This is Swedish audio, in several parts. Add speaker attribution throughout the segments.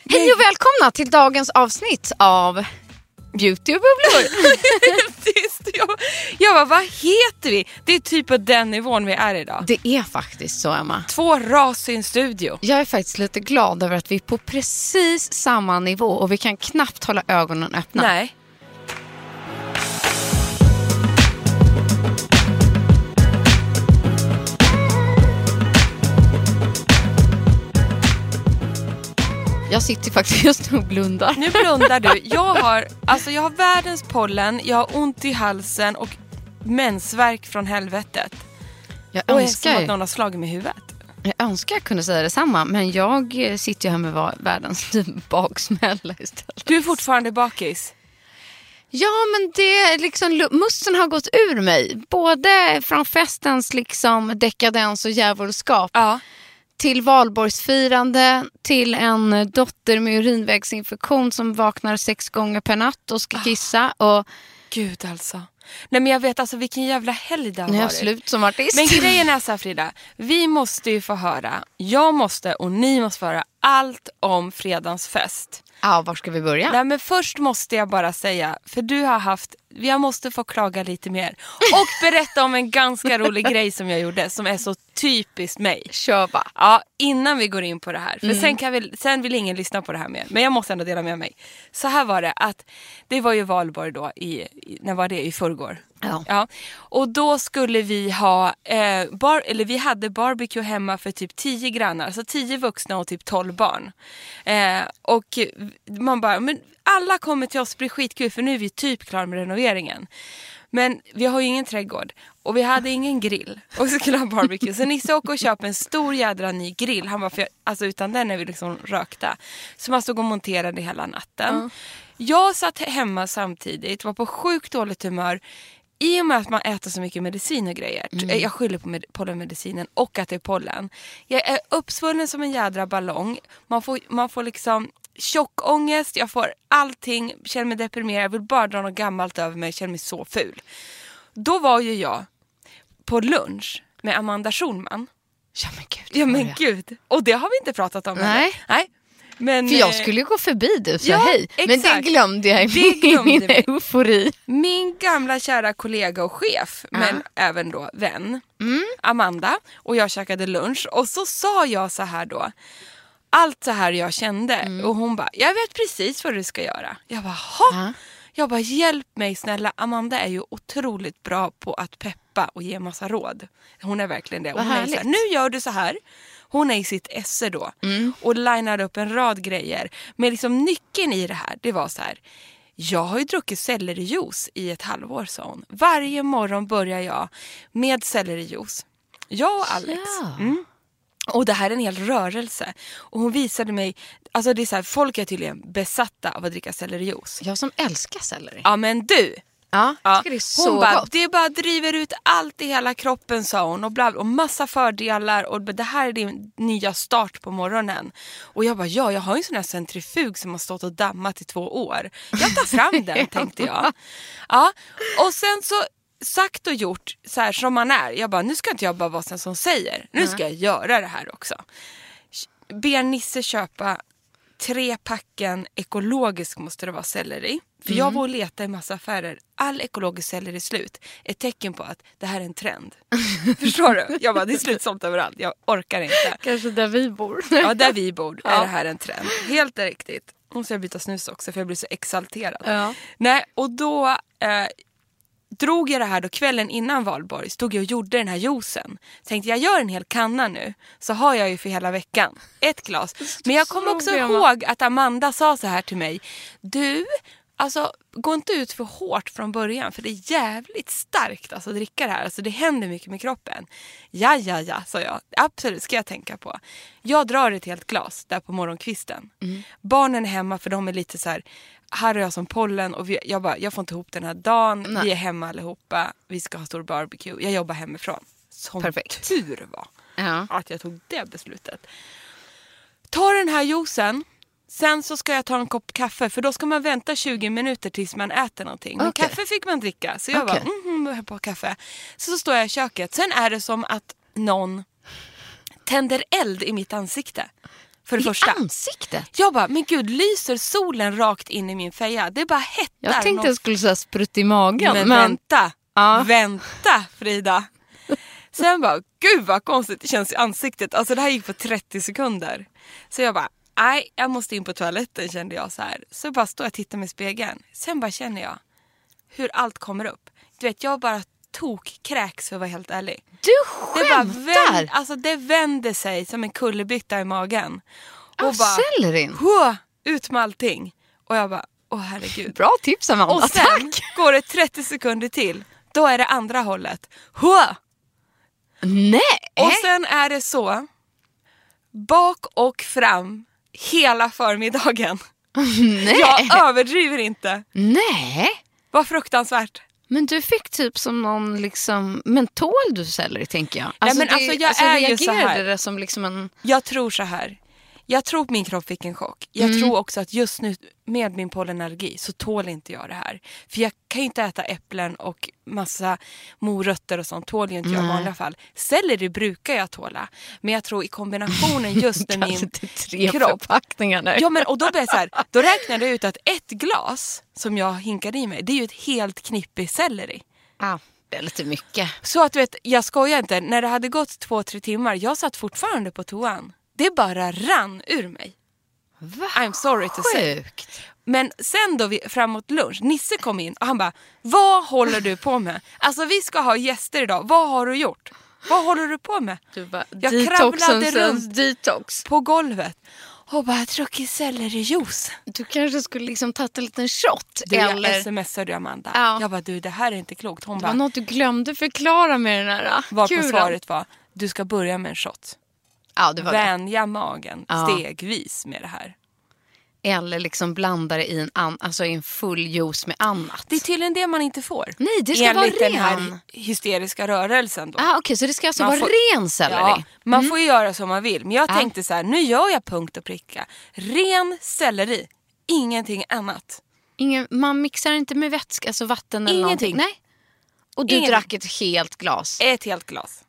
Speaker 1: Hej och välkomna till dagens avsnitt av Beauty och bubblor.
Speaker 2: Jag bara, vad heter vi? Det är typ på den nivån vi är idag.
Speaker 1: Det är faktiskt så, Emma.
Speaker 2: 2 ras i en studio.
Speaker 1: Jag är faktiskt lite glad över att vi är på precis samma nivå och vi kan knappt hålla ögonen öppna.
Speaker 2: Nej.
Speaker 1: Jag sitter faktiskt just nu och blundar.
Speaker 2: Nu blundar du. Jag har världens pollen, jag har ont i halsen och mensvärk från helvetet.
Speaker 1: Jag
Speaker 2: Och
Speaker 1: önskar,
Speaker 2: är som att någon har slagit mig i huvudet.
Speaker 1: Jag önskar jag kunde säga detsamma, men jag sitter ju här med världens baksmälla istället.
Speaker 2: Du är fortfarande bakis.
Speaker 1: Ja, men det liksom, musten har gått ur mig. Både från festens liksom dekadens och djävulskap.
Speaker 2: Ja.
Speaker 1: Till valborgsfirande, till en dotter med urinvägsinfektion som vaknar 6 gånger per natt och ska kissa. Och
Speaker 2: Gud alltså. Nej, men jag vet alltså vilken jävla helg det har
Speaker 1: nu är jag
Speaker 2: varit.
Speaker 1: slut som artist.
Speaker 2: Men grejen är så här, Frida, vi måste ju få höra, jag måste och ni måste få höra allt om fredagens fest.
Speaker 1: Ja, var ska vi börja?
Speaker 2: Nej, men först måste jag bara säga, för du har haft, jag måste få klaga lite mer och berätta om en ganska rolig grej som jag gjorde som är så typiskt mig.
Speaker 1: Kör bara.
Speaker 2: Ja, innan vi går in på det här. För sen vill ingen lyssna på det här mer. Men jag måste ändå dela med mig. Så här var det att det var ju valborg då när var det? I förrgår. Ja. Och då skulle vi ha vi hade barbecue hemma för typ 10 grannar, alltså 10 vuxna och typ 12 barn. Och man bara, men alla kommer till oss, det blir skitkul för nu är vi typ klara med renoveringen. Men vi har ju ingen trädgård och vi hade ingen grill och så skulle ha barbecue. Så Nisse åker och köper en stor jädra ny grill. Han bara, alltså utan den är vi liksom rökta. Så man stod och monterade hela natten. Jag satt hemma samtidigt, var på sjukt dåligt humör. I och med att man äter så mycket medicin och grejer. Jag skyller på pollenmedicinen och att det är pollen. Jag är uppsvullen som en jädra ballong. Man får liksom tjockångest. Jag får allting. Känner mig deprimerad. Jag vill bara dra något gammalt över mig. Jag känner mig så ful. Då var ju jag på lunch med Amanda Schulman. Ja men gud. Och det har vi inte pratat om.
Speaker 1: Nej.
Speaker 2: Men,
Speaker 1: för jag skulle ju gå förbi det så hej.
Speaker 2: Exakt.
Speaker 1: Men det glömde jag i min eufori.
Speaker 2: Min gamla kära kollega och chef, men även då vän, Amanda, och jag käkade lunch. Och så sa jag så här då, allt så här jag kände. Och hon bara, jag vet precis vad du ska göra. Jag bara, Jag bara, hjälp mig snälla. Amanda är ju otroligt bra på att peppa och ge massa råd. Hon är verkligen det. Hon är så här, nu gör du så här. Hon är i sitt esse då. Och lineade upp en rad grejer. Men liksom nyckeln i det här, det var så här. Jag har ju druckit sellerijuice i ett halvår, sa hon. Varje morgon börjar jag med sellerijuice. Jag och Alex. Ja. Och det här är en hel rörelse. Och hon visade mig, alltså det är så här, folk är tydligen besatta av att dricka sellerijuice.
Speaker 1: Jag som älskar selleri.
Speaker 2: Ja, men du.
Speaker 1: Ja, jag tycker det är så
Speaker 2: hon bara,
Speaker 1: gott.
Speaker 2: det bara driver ut allt i hela kroppen, sa hon. Och, och massa fördelar. Och det här är din nya start på morgonen. Och jag bara, jag har ju en sån här centrifug som har stått och dammat i 2 år. Jag tar fram den, tänkte jag. Ja, och sen så sagt och gjort så här som man är. Jag bara, nu ska inte jag bara vara sen som säger. Nu ska jag göra det här också. Ber Nisse köpa 3 packen ekologisk, måste det vara, selleri. För jag var och leta i massa affärer. All ekologisk selleri är slut. Ett tecken på att det här är en trend. Förstår du? Jag bara, det är slutsålt överallt. Jag orkar inte.
Speaker 1: Kanske där vi bor.
Speaker 2: Ja, där vi bor är det här en trend. Helt riktigt. Nu måste jag byta snus också för jag blir så exalterad.
Speaker 1: Ja.
Speaker 2: Nej, och då drog jag det här då kvällen innan valborg. Stod jag och gjorde den här juicen. Tänkte jag gör en hel kanna nu. Så har jag ju för hela veckan. 1 glas. Men jag kommer också ihåg att Amanda sa så här till mig. Du, alltså gå inte ut för hårt från början. För det är jävligt starkt alltså, att dricka det här. Alltså det händer mycket med kroppen. Ja, sa jag. Absolut, ska jag tänka på. Jag drar ett helt glas där på morgonkvisten. Barnen är hemma för de är lite så här. Här är jag som pollen och jag får inte ihop den här dagen. Nej. Vi är hemma allihopa. Vi ska ha stor barbecue. Jag jobbar hemifrån. Som
Speaker 1: perfekt.
Speaker 2: Tur var att jag tog det beslutet. Ta den här juicen. Sen så ska jag ta en kopp kaffe. För då ska man vänta 20 minuter tills man äter någonting. Men kaffe fick man dricka. Så jag bara, på kaffe. Så står jag i köket. Sen är det som att någon tänder eld i mitt ansikte. För det första.
Speaker 1: Ansiktet?
Speaker 2: Jag bara, men gud, lyser solen rakt in i min feja? Det bara hettar.
Speaker 1: Jag tänkte jag skulle säga sprutt i magen.
Speaker 2: Men vänta Frida. Sen bara, gud vad konstigt det känns i ansiktet. Alltså det här gick på 30 sekunder. Så jag bara, nej, jag måste in på toaletten, kände jag så här. Så bara står jag och tittar med spegeln. Sen bara känner jag hur allt kommer upp. Du vet, jag bara kräks för att vara helt ärlig.
Speaker 1: Du skämtar?
Speaker 2: Alltså det vände sig som en kullerbytta i magen. Och bara,
Speaker 1: sellerin.
Speaker 2: Ut med allting. Och jag bara, herregud.
Speaker 1: Bra tips, Amanda.
Speaker 2: Och sen går det 30 sekunder till. Då är det andra hållet.
Speaker 1: Nej.
Speaker 2: Och sen är det så. Bak och fram hela förmiddagen.
Speaker 1: Nej.
Speaker 2: Jag överdriver inte.
Speaker 1: Nej.
Speaker 2: Vad fruktansvärt.
Speaker 1: Men du fick typ som någon liksom... Men tål du selleri, tänker jag?
Speaker 2: Nej, men jag är ju så här.
Speaker 1: Det som liksom en...
Speaker 2: Jag tror så här. Jag tror att min kropp fick en chock. Jag tror också att just nu med min pollenallergi så tål inte jag det här. För jag kan ju inte äta äpplen och massa morötter och sånt. Tål ju inte jag i vanliga fall. Selleri brukar jag tåla. Men jag tror i kombinationen just med min kropp.
Speaker 1: Förpackningar nu.
Speaker 2: Ja, men och då blir jag så här. Då räknade jag ut att ett glas som jag hinkade i mig, det är ju ett helt knippe selleri.
Speaker 1: Ja, det är lite mycket.
Speaker 2: Så att du vet, jag skojar inte. När det hade gått 2-3 timmar, jag satt fortfarande på toan. Det bara rann ur mig.
Speaker 1: Va?
Speaker 2: I'm sorry to say.
Speaker 1: Sjukt.
Speaker 2: Men sen då framåt lunch, Nisse kom in och han bara, vad håller du på med? Alltså vi ska ha gäster idag, vad har du gjort? Vad håller du på med?
Speaker 1: Du bara,
Speaker 2: jag kravlade runt
Speaker 1: detox
Speaker 2: på golvet och bara druckit sellerijuice.
Speaker 1: Du kanske skulle liksom ta en liten shot.
Speaker 2: Eller... Jag smsade Amanda. Ja. Jag bara, det här är inte klokt. Hon
Speaker 1: det
Speaker 2: bara,
Speaker 1: var något du glömde förklara med den här
Speaker 2: varpå svaret var, du ska börja med en shot.
Speaker 1: Ja, det var
Speaker 2: vänja magen stegvis med det här.
Speaker 1: Eller liksom blanda det i i en full juice med annat.
Speaker 2: Det är tydligen det man inte får.
Speaker 1: Nej, det ska vara ren.
Speaker 2: Den här hysteriska rörelsen då.
Speaker 1: Okej, så det ska alltså vara ren selleri.
Speaker 2: Ja, man får ju göra som man vill. Men jag tänkte så här, nu gör jag punkt och pricka. Ren selleri, ingenting annat.
Speaker 1: Man mixar inte med vätska, alltså vatten eller någonting. Nej. Och du drack ett helt glas.
Speaker 2: Ett helt glas.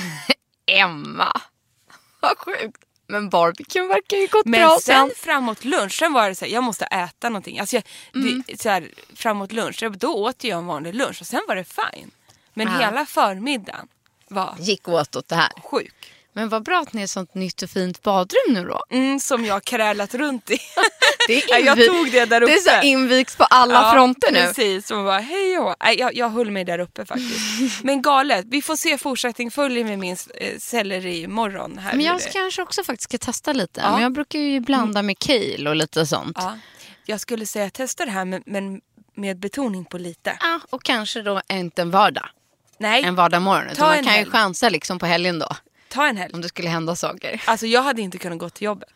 Speaker 1: Emma. Vad sjukt. Men barbecue verkar ju gått bra.
Speaker 2: Men sen framåt lunchen var det så här, jag måste äta någonting. Alltså så här, framåt lunch, då åt jag en vanlig lunch och sen var det fine. Men hela förmiddagen
Speaker 1: gick åt det här.
Speaker 2: Sjuk.
Speaker 1: Men vad bra att ni är ett sånt nytt och fint badrum nu då.
Speaker 2: Som jag krälat runt i.
Speaker 1: Jag
Speaker 2: tog det där uppe.
Speaker 1: Det är så inviks på alla fronter nu.
Speaker 2: Precis, som bara hej och jag höll mig där uppe faktiskt. Men galet, vi får se fortsättning följer med min selleri imorgon här.
Speaker 1: Men jag kanske också faktiskt ska testa lite. Men jag brukar ju blanda med kale och lite sånt.
Speaker 2: Ja. Jag skulle säga testa det här men med betoning på lite.
Speaker 1: Ja, och kanske då inte en vardag.
Speaker 2: Nej.
Speaker 1: En vardag morgon. Utan man kan ju chansa liksom på helgen då.
Speaker 2: Ta en helg.
Speaker 1: Om det skulle hända saker.
Speaker 2: Alltså jag hade inte kunnat gå till jobbet.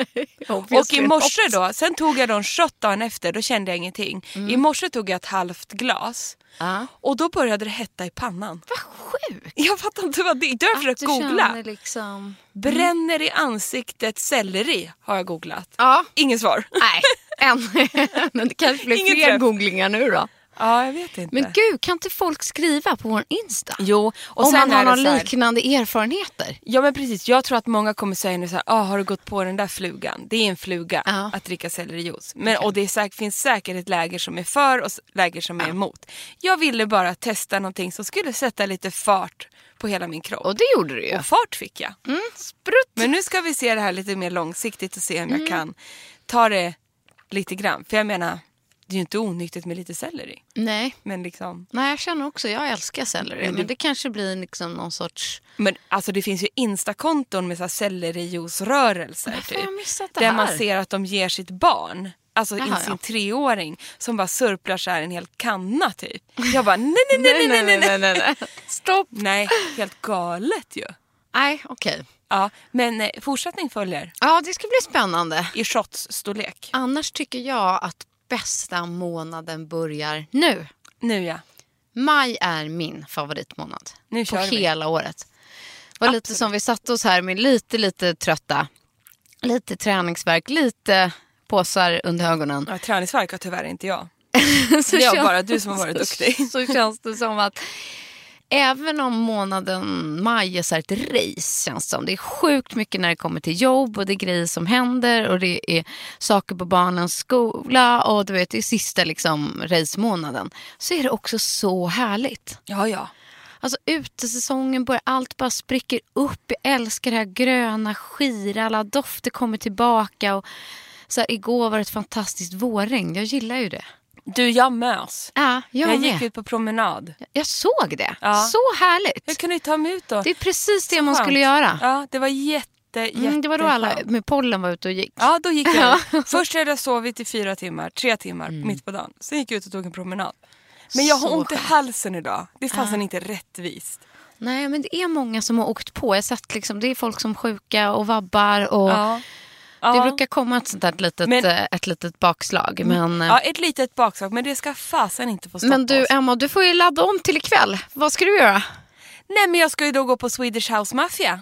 Speaker 2: Och i morse då, sen tog jag då en shot dagen efter, då kände jag ingenting. I morse tog jag ett halvt glas. Och då började det hetta i pannan.
Speaker 1: Vad sjukt.
Speaker 2: Jag fattar inte vad det är. Jag har försökt googla.
Speaker 1: Liksom...
Speaker 2: Bränner i ansiktet selleri har jag googlat. Ingen svar.
Speaker 1: Nej, men det kanske blir fler googlingar nu då.
Speaker 2: Ja, jag vet inte.
Speaker 1: Men gud, kan inte folk skriva på vår Insta?
Speaker 2: Jo. Och
Speaker 1: om
Speaker 2: sen
Speaker 1: man har några liknande erfarenheter.
Speaker 2: Ja, men precis. Jag tror att många kommer säga nu så här, har du gått på den där flugan? Det är en fluga att dricka sellerijuice. Men, och det finns säkert ett läger som är för och läger som är emot. Jag ville bara testa någonting som skulle sätta lite fart på hela min kropp.
Speaker 1: Och det gjorde du ju.
Speaker 2: Och fart fick jag.
Speaker 1: Sprutt.
Speaker 2: Men nu ska vi se det här lite mer långsiktigt och se om jag kan ta det lite grann. För jag menar... Det är ju inte onyttigt med lite selleri.
Speaker 1: Nej.
Speaker 2: Men liksom...
Speaker 1: Nej, jag känner också, jag älskar selleri. Men det kanske blir liksom någon sorts...
Speaker 2: Men alltså det finns ju Insta-konton med så här sellerijuice-rörelser.
Speaker 1: Varför har jag missat det
Speaker 2: där
Speaker 1: här?
Speaker 2: man ser att de ger sitt barn, alltså sin 3-åring, som bara surplar så här en hel kanna typ. Jag bara, nej.
Speaker 1: Stopp.
Speaker 2: Nej, helt galet ju.
Speaker 1: Nej, okej.
Speaker 2: Ja, men fortsättning följer.
Speaker 1: Ja, det ska bli spännande.
Speaker 2: I shots-storlek.
Speaker 1: Annars tycker jag att bästa månaden börjar nu.
Speaker 2: Nu, ja.
Speaker 1: Maj är min favoritmånad.
Speaker 2: Nu kör
Speaker 1: på hela året. Det var lite som vi satt oss här med lite trötta. Lite träningsvärk, lite påsar under ögonen.
Speaker 2: Ja, träningsvärk har tyvärr inte jag. Det är bara du som har varit duktig.
Speaker 1: Så känns det som att även om månaden maj är så här ett race, känns som. Det är sjukt mycket när det kommer till jobb och det är grejer som händer och det är saker på barnens skola och du vet, det är sista liksom racemånaden. Så är det också så härligt.
Speaker 2: Ja.
Speaker 1: Alltså utesäsongen börjar, allt bara spricker upp. Jag älskar det här gröna skira, alla dofter kommer tillbaka och så här, igår var det ett fantastiskt vårregn. Jag gillar ju det.
Speaker 2: Du, jag mös.
Speaker 1: Ja, jag
Speaker 2: gick ut på promenad.
Speaker 1: Jag såg det. Ja. Så härligt.
Speaker 2: Jag kunde ta mig ut då.
Speaker 1: Det är precis det man skulle göra.
Speaker 2: Ja, det var jätte.
Speaker 1: Det var då alla med pollen var ute och gick.
Speaker 2: Ja, då gick jag. Först hade jag sovit i 4 timmar, 3 timmar mitt på dagen. Sen gick jag ut och tog en promenad. Men jag har ont i halsen idag. Det är fastän inte rättvist. Nej, men det är många som har åkt på. Jag har sett liksom, det är folk som är sjuka och vabbar och... Ja. Det brukar komma ett sånt där ett litet bakslag. Men, ja, ett litet bakslag. Men det ska fasen inte få stoppa
Speaker 1: Men du,
Speaker 2: oss.
Speaker 1: Emma, du får ju ladda om till ikväll. Vad ska du göra?
Speaker 2: Nej, men jag ska ju då gå på Swedish House Mafia.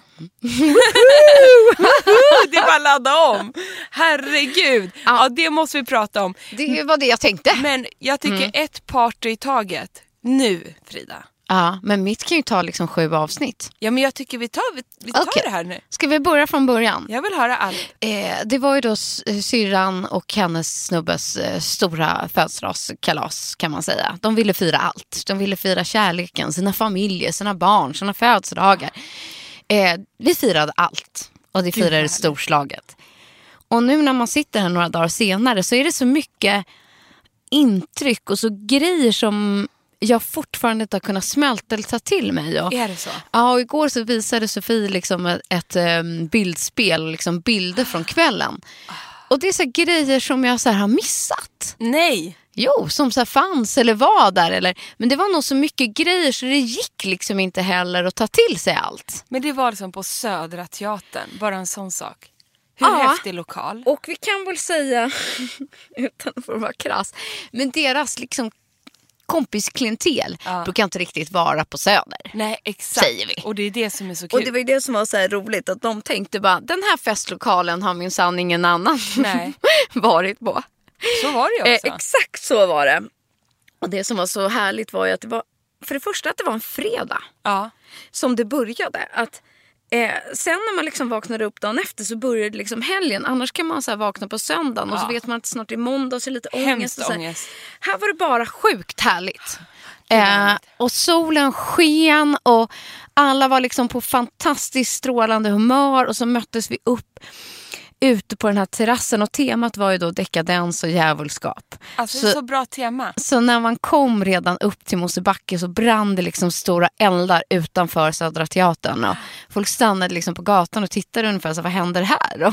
Speaker 2: Det är bara ladda om. Herregud. Ja, det måste vi prata om.
Speaker 1: Det var det jag tänkte.
Speaker 2: Men jag tycker ett party i taget. Nu, Frida.
Speaker 1: Ja, men mitt kan ju ta liksom 7 avsnitt.
Speaker 2: Ja, men jag tycker vi tar det här nu.
Speaker 1: Ska vi börja från början?
Speaker 2: Jag vill höra allt.
Speaker 1: Det var ju då syrran och hennes snubbes stora födelsedagskalas, kan man säga. De ville fira allt. De ville fira kärleken, sina familjer, sina barn, sina födelsedagar. Vi firade allt. Och det firade storslaget. Och nu när man sitter här några dagar senare så är det så mycket intryck och så grejer som... jag fortfarande inte har kunnat smälta eller ta till mig. Och,
Speaker 2: är det så?
Speaker 1: Ja, och igår så visade Sofie liksom ett bildspel, liksom bilder från kvällen. Och det är så här grejer som jag så här har missat.
Speaker 2: Nej!
Speaker 1: Jo, som så här fanns eller var där. Eller, men det var nog så mycket grejer så det gick liksom inte heller att ta till sig allt.
Speaker 2: Men det var liksom på Södra Teatern, bara en sån sak. Hur häftig lokal.
Speaker 1: Och vi kan väl säga, utan att få vara krass, men deras liksom kompisklientel brukar inte riktigt vara på Söder.
Speaker 2: Nej, exakt.
Speaker 1: Säger vi.
Speaker 2: Och det är det som är så kul.
Speaker 1: Och det var ju det som var så här roligt, att de tänkte bara, den här festlokalen har minsann ingen annan varit på.
Speaker 2: Så var det ju också.
Speaker 1: Exakt så var det. Och det som var så härligt var ju att det var, för det första att det var en fredag.
Speaker 2: Ja.
Speaker 1: Som det började. Att sen när man liksom vaknade upp dagen efter så började liksom helgen. Annars kan man så här vakna på söndagen och så vet man att snart är måndag och så är lite ångest. Och så här var det bara sjukt härligt. Och solen sken och alla var liksom på fantastiskt strålande humör och så möttes vi upp ute på den här terrassen och temat var ju då dekadens och djävulskap.
Speaker 2: Alltså så bra tema.
Speaker 1: Så när man kom redan upp till Mosebacke så brann det liksom stora eldar utanför Södra Teatern och folk stannade liksom på gatan och tittade ungefär så vad händer här?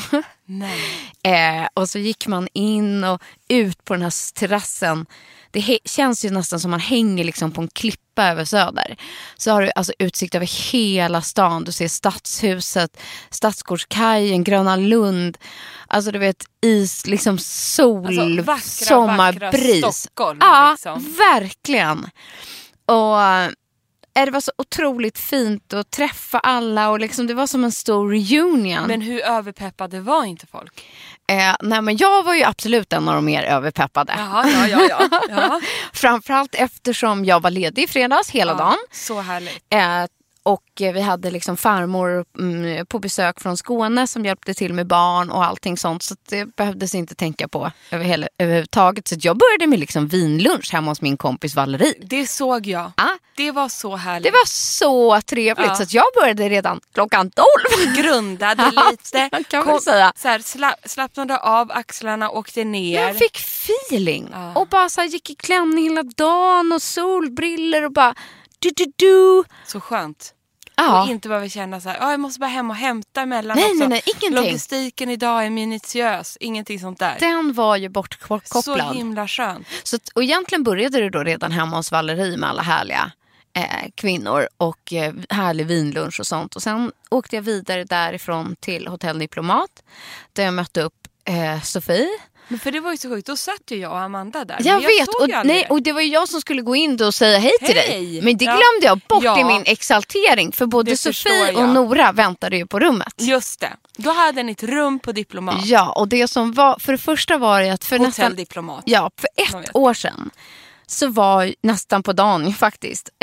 Speaker 1: Och så gick man in och ut på den här terrassen. Det känns ju nästan som man hänger liksom på en klippa över Söder. Så har du alltså utsikt över hela stan. Du ser Stadshuset, Stadsgårdskajen, Gröna Lund. Alltså du vet, is, liksom sol,
Speaker 2: alltså, vackra,
Speaker 1: sommarbris.
Speaker 2: Vackra Stockholm.
Speaker 1: Ja,
Speaker 2: liksom.
Speaker 1: Verkligen. Och det var så otroligt fint att träffa alla och liksom, det var som en stor reunion.
Speaker 2: Men hur överpeppade var inte folk?
Speaker 1: Nej, men jag var ju absolut en av de mer överpeppade.
Speaker 2: Ja.
Speaker 1: Framförallt eftersom jag var ledig i fredags hela dagen.
Speaker 2: Så härligt.
Speaker 1: Och vi hade liksom farmor på besök från Skåne som hjälpte till med barn och allting sånt. Så det behövdes inte tänka på överhuvudtaget. Så jag började med liksom vinlunch hemma hos min kompis Valerie.
Speaker 2: Det såg jag. Det var så härligt.
Speaker 1: Det var så trevligt så att jag började redan klockan 12.
Speaker 2: Grundade lite.
Speaker 1: Kan man säga.
Speaker 2: Så här, slappnade av axlarna, åkte ner.
Speaker 1: Jag fick feeling. Och bara så här, gick i klänning hela dagen och solbriller och bara... Du.
Speaker 2: Så skönt. Och inte behöver känna så här, jag måste bara hem och hämta emellan också.
Speaker 1: Nej, ingenting.
Speaker 2: Logistiken idag är minutiös, ingenting sånt där.
Speaker 1: Den var ju bortkopplad.
Speaker 2: Så himla skönt.
Speaker 1: Så, och egentligen började det då redan hemma hos Valerie med alla härliga kvinnor och härlig vinlunch och sånt. Och sen åkte jag vidare därifrån till Hotell Diplomat där jag mötte upp Sofie.
Speaker 2: Men för det var ju så sjukt, då satt ju jag och Amanda där.
Speaker 1: Jag vet, och det var ju jag som skulle gå in då och säga hej till dig. Men det glömde jag bort i min exaltering. För både Sofie och Nora väntade ju på rummet.
Speaker 2: Just det, då hade ni ett rum på Diplomat.
Speaker 1: Ja, och det som var, för det första var det att för
Speaker 2: Hotell Diplomat.
Speaker 1: Ja, för ett år sedan så var nästan på dagen faktiskt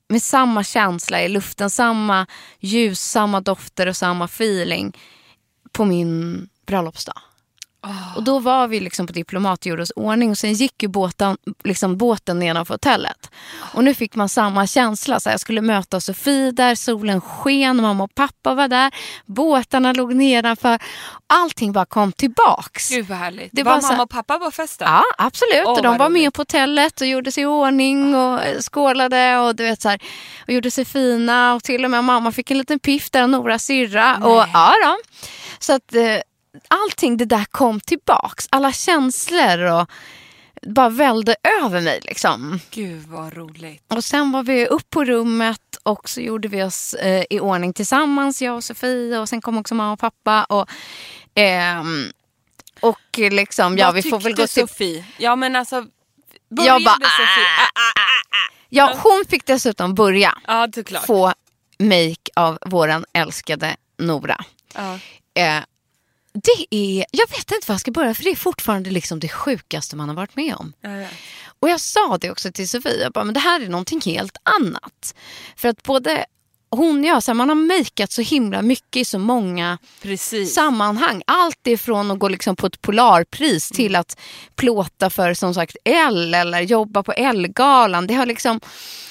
Speaker 1: med samma känsla i luften, samma ljus, samma dofter och samma feeling på min bröllopsdag. Och då var vi liksom på Diplomat och gjorde oss ordning och sen gick ju båten nedanför hotellet. Och nu fick man samma känsla. Så jag skulle möta Sofie där, solen sken, mamma och pappa var där, båtarna låg nedanför. Allting bara kom tillbaks.
Speaker 2: Gud vad härligt.
Speaker 1: Det
Speaker 2: var mamma och pappa på festen?
Speaker 1: Ja, absolut. Och de var med på hotellet och gjorde sig i ordning och skålade och du vet så här, och gjorde sig fina. Och till och med mamma fick en liten piff där, Nora syrra. Och ja då. Så att allting det där kom tillbaks. Alla känslor och bara välde över mig liksom.
Speaker 2: Gud vad roligt.
Speaker 1: Och sen var vi upp på rummet och så gjorde vi oss i ordning tillsammans, jag och Sofie. Och sen kom också mamma och pappa. Och liksom, vi får väl gå till
Speaker 2: Sofie. Ja men alltså, började Sofie?
Speaker 1: Ja, hon fick dessutom börja
Speaker 2: få
Speaker 1: make av våran älskade Nora. Jag vet inte var jag ska börja, för det är fortfarande liksom det sjukaste man har varit med om. Och jag sa det också till Sofie, jag bara, men det här är någonting helt annat. För att både hon och jag, så här, man har makeat så himla mycket i så många sammanhang. Allt ifrån att gå liksom på ett Polarpris till att plåta för som sagt Elle eller jobba på Elle-galan. Det har liksom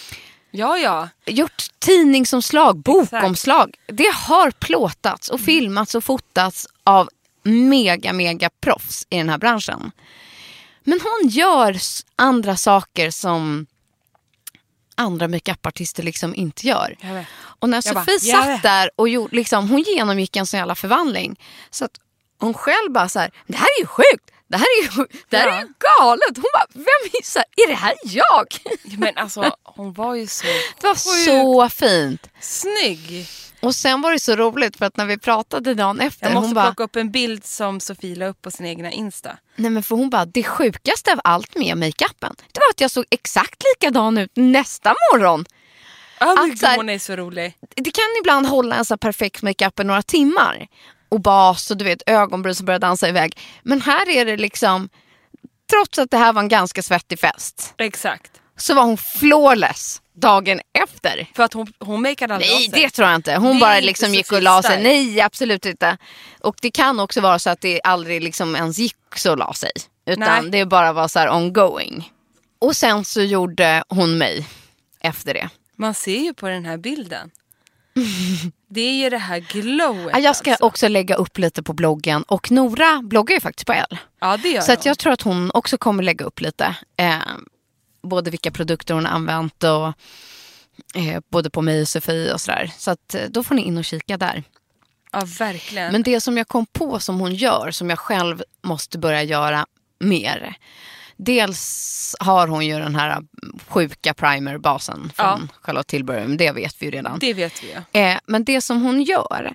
Speaker 1: gjort tidningsomslag, bokomslag. Det har plåtats och filmats och fotats av mega proffs i den här branschen. Men hon gör andra saker som andra makeupartister liksom inte gör. Och när Sofie satt där och hon genomgick en sån jävla förvandling, så att hon själv bara så här, det här är ju sjukt. Det här är ju galet. Hon bara, är det här jag?
Speaker 2: Men alltså, hon var ju så
Speaker 1: det var så fint.
Speaker 2: Snygg.
Speaker 1: Och sen var det så roligt för att när vi pratade dagen efter,
Speaker 2: jag måste plocka upp en bild som Sofie la upp på sin egna Insta.
Speaker 1: Nej men för hon bara, det sjukaste av allt med makeupen, det var att jag såg exakt likadan ut nästa morgon.
Speaker 2: Hon är så rolig.
Speaker 1: Det kan ibland hålla en så perfekt makeup i några timmar. Och bas och du vet ögonbryn som börjar dansa iväg. Men här är det liksom, trots att det här var en ganska svettig fest.
Speaker 2: Exakt.
Speaker 1: Så var hon flawless dagen efter.
Speaker 2: För att hon makeade aldrig av sig.
Speaker 1: Nej, det tror jag inte. Hon bara liksom gick och la sig. Nej, absolut inte. Och det kan också vara så att det aldrig liksom ens gick så la sig. Utan det bara var så här ongoing. Och sen så gjorde hon mig efter det.
Speaker 2: Man ser ju på den här bilden. Det är ju det här glowet.
Speaker 1: Jag ska också lägga upp lite på bloggen. Och Nora bloggar ju faktiskt på Elle.
Speaker 2: Ja, det gör
Speaker 1: så att jag tror att hon också kommer lägga upp lite. Både vilka produkter hon har använt och både på mig och Sofie och sådär. Så att då får ni in och kika där.
Speaker 2: Ja, verkligen.
Speaker 1: Men det som jag kom på som hon gör, som jag själv måste börja göra mer. Dels har hon ju den här sjuka primerbasen från Charlotte Tilbury, men det vet vi ju redan.
Speaker 2: Det vet vi ju.
Speaker 1: Men det som hon gör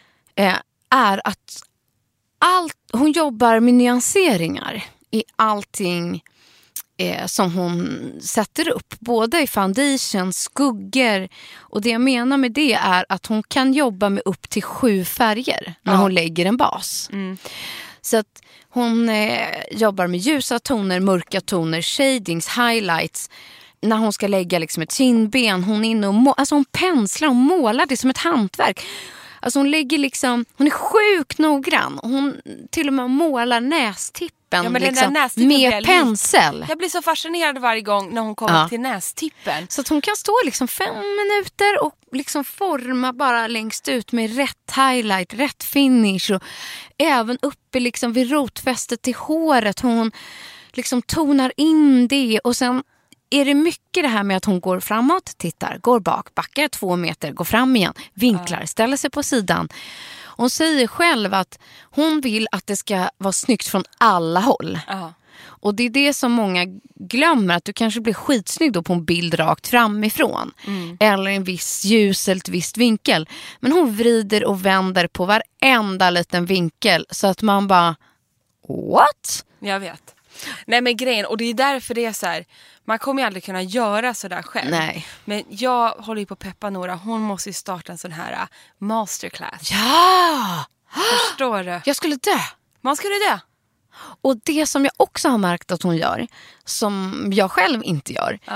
Speaker 1: är att hon jobbar med nyanseringar i allting som hon sätter upp. Både i foundation, skuggor. Och det jag menar med det är att hon kan jobba med upp till 7 färger när hon lägger en bas. Mm. Så att hon jobbar med ljusa toner, mörka toner, shadings, highlights. När hon ska lägga liksom ett kindben, hon är inne och hon penslar och målar det som ett hantverk. Alltså hon lägger liksom, hon är sjukt noggrann. Hon till och med målar nästippen liksom, med pensel.
Speaker 2: Jag blir så fascinerad varje gång när hon kommer till nästippen.
Speaker 1: Så att hon kan stå liksom 5 minuter och liksom forma bara längst ut med rätt highlight, rätt finish. Och även uppe liksom vid rotfästet till håret. Hon liksom tonar in det och sen är det mycket det här med att hon går framåt, tittar, går bak, backar 2 meter, går fram igen, vinklar, ställer sig på sidan. Hon säger själv att hon vill att det ska vara snyggt från alla håll. Och det är det som många glömmer, att du kanske blir skitsnygg då på en bild rakt framifrån. Eller en viss ljus eller ett visst vinkel. Men hon vrider och vänder på varenda liten vinkel så att man bara, what?
Speaker 2: Jag vet. Nej men grejen, och det är därför det är så här, man kommer ju aldrig kunna göra så där själv.
Speaker 1: Nej.
Speaker 2: Men jag håller ju på peppa Nora, hon måste ju starta en sån här masterclass.
Speaker 1: Ja!
Speaker 2: Förstår du?
Speaker 1: Jag skulle dö.
Speaker 2: Man skulle dö.
Speaker 1: Och det som jag också har märkt att hon gör, som jag själv inte gör,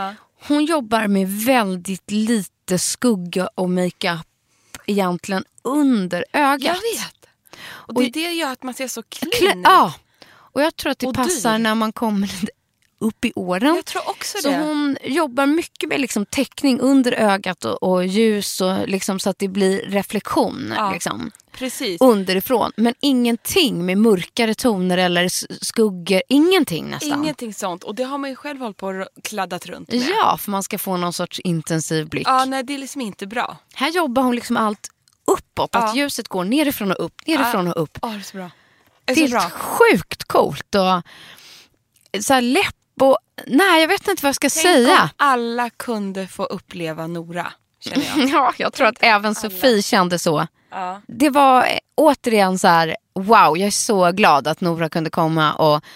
Speaker 1: hon jobbar med väldigt lite skugga och makeup egentligen under ögat.
Speaker 2: Jag vet. Och det gör att man ser så clean.
Speaker 1: Ja. Och jag tror att det passar när man kommer upp i åren.
Speaker 2: Jag tror också
Speaker 1: så
Speaker 2: det.
Speaker 1: Hon jobbar mycket med liksom täckning under ögat och ljus och liksom så att det blir reflektion liksom.
Speaker 2: Precis.
Speaker 1: Underifrån. Men ingenting med mörkare toner eller skuggor. Ingenting nästan.
Speaker 2: Ingenting sånt. Och det har man ju själv hållit på och kladdat runt med.
Speaker 1: Ja, för man ska få någon sorts intensiv blick.
Speaker 2: Ja, nej, det är liksom inte bra.
Speaker 1: Här jobbar hon liksom allt uppåt. Att ljuset går nerifrån och upp. Nerifrån och upp.
Speaker 2: Ja, det är så bra.
Speaker 1: Det är så sjukt coolt. Och så här läpp och... Nej, jag vet inte vad jag ska säga.
Speaker 2: Om alla kunde få uppleva Nora, känner jag.
Speaker 1: Ja, jag tror att även Sofie kände så. Ja. Det var återigen så här, wow, jag är så glad att Nora kunde komma och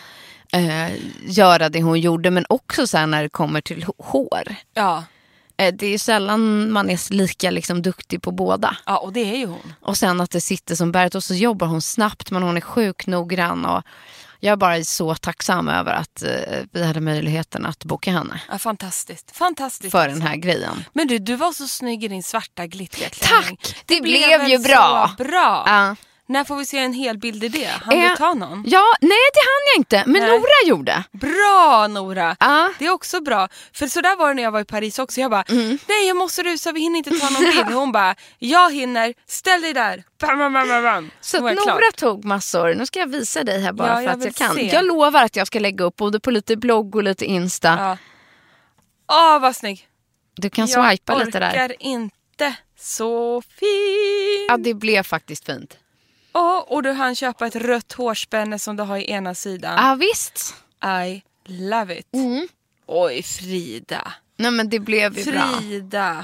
Speaker 1: göra det hon gjorde. Men också så här när det kommer till hår. Ja. Det är sällan man är lika liksom duktig på båda.
Speaker 2: Ja, och det är ju hon.
Speaker 1: Och sen att det sitter som berget och så jobbar hon snabbt, men hon är sjukt noggrann och jag är bara så tacksam över att vi hade möjligheten att boka henne.
Speaker 2: Ja, fantastiskt. Fantastiskt.
Speaker 1: För den här grejen.
Speaker 2: Men du var så snygg i din svarta glitterklänning.
Speaker 1: Tack! Det blev ju bra.
Speaker 2: Så bra. När får vi se en hel bild i det? Han du ta någon?
Speaker 1: Ja, nej det hann jag inte. Men Nora gjorde.
Speaker 2: Bra Nora. Det är också bra. För så där var det när jag var i Paris också. Jag bara, nej jag måste rusa, vi hinner inte ta någon bild. Hon bara, jag hinner, ställ dig där. Bam, bam, bam, bam.
Speaker 1: Så att Nora tog massor. Nu ska jag visa dig här bara för att jag kan. Se. Jag lovar att jag ska lägga upp både på lite blogg och lite Insta.
Speaker 2: Vad snygg.
Speaker 1: Du kan swipa lite där.
Speaker 2: Jag orkar inte. Så fint.
Speaker 1: Ja, det blev faktiskt fint.
Speaker 2: Och du hann köpa ett rött hårspänne som du har i ena sidan.
Speaker 1: Ja, visst.
Speaker 2: I love it. Oj, Frida.
Speaker 1: Nej, men det blev ju bra.
Speaker 2: Frida.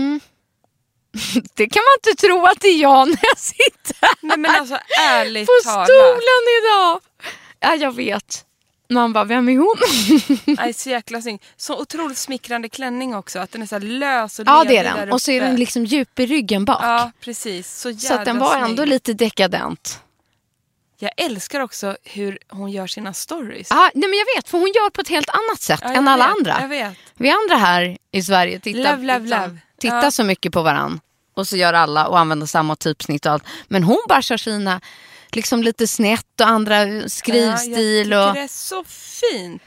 Speaker 1: Det kan man inte tro att det är jag när jag sitter här.
Speaker 2: Nej, men alltså ärligt
Speaker 1: på
Speaker 2: talat.
Speaker 1: stolen idag. Ja, jag vet. Man bara, vem är hon?
Speaker 2: Nej, så jäkla snygg. Så otroligt smickrande klänning också. Att den är så här lös och
Speaker 1: ja, det är den. Och så är den liksom djup i ryggen bak.
Speaker 2: Ja, precis. Så
Speaker 1: att den var
Speaker 2: snygg.
Speaker 1: ändå lite dekadent.
Speaker 2: Jag älskar också hur hon gör sina stories.
Speaker 1: Ja, nej, men jag vet. För hon gör på ett helt annat sätt än alla andra.
Speaker 2: Jag vet.
Speaker 1: Vi andra här i Sverige tittar så mycket på varann. Och så gör alla och använder samma typsnitt och allt. Men hon bara kör sina... liksom lite snett och andra skrivstil.
Speaker 2: Jag tycker det är så fint.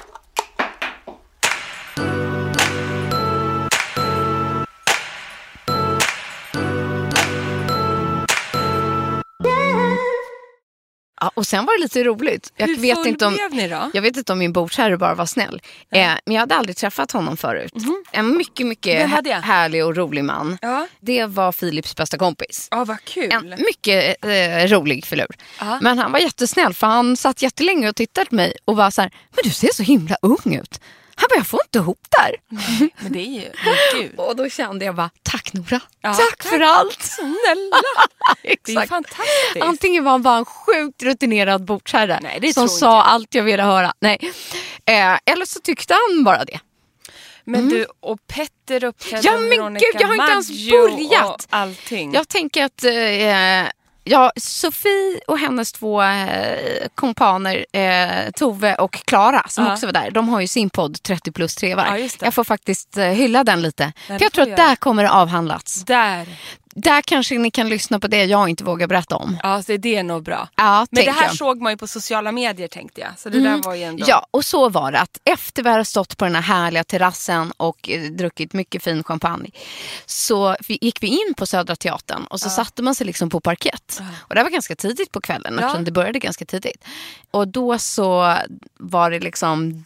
Speaker 1: Ja, och sen var det lite roligt.
Speaker 2: Hur vet inte blev ni då?
Speaker 1: Jag vet inte om min bordsherre bara var snäll. Men jag hade aldrig träffat honom förut. En mycket, mycket härlig och rolig man. Ja. Det var Philips bästa kompis.
Speaker 2: Ja, vad kul.
Speaker 1: En mycket rolig filur. Men han var jättesnäll för han satt jättelänge och tittade på mig och var så här, men du ser så himla ung ut. Han bara, jag får inte ihop där.
Speaker 2: Nej, men det är ju, gud.
Speaker 1: Och då kände jag bara, tack Nora. Tack för allt.
Speaker 2: Snälla. Det är fantastiskt.
Speaker 1: Antingen var han bara en sjukt rutinerad bordsherre som sa allt jag ville höra. Nej. Eller så tyckte han bara det.
Speaker 2: Men du, och Petter uppträdde,
Speaker 1: ja, men
Speaker 2: Veronica
Speaker 1: gud, jag har inte ens börjat.
Speaker 2: Och allting.
Speaker 1: Jag tänker att... Sofie och hennes två kompaner Tove och Klara som också var där, de har ju sin podd 30+3 var. Jag får faktiskt hylla den lite. För jag tror att där kommer det avhandlats. Där kanske ni kan lyssna på det jag inte vågar berätta om.
Speaker 2: Ja, så det är nog bra.
Speaker 1: Ja,
Speaker 2: men det här såg man ju på sociala medier, tänkte jag. Så det där var ju ändå...
Speaker 1: Ja, och så var det att efter vi hade stått på den här härliga terrassen och druckit mycket fin champagne så gick vi in på Södra Teatern och så satte man sig liksom på parkett. Och det var ganska tidigt på kvällen eftersom det började ganska tidigt. Och då så var det liksom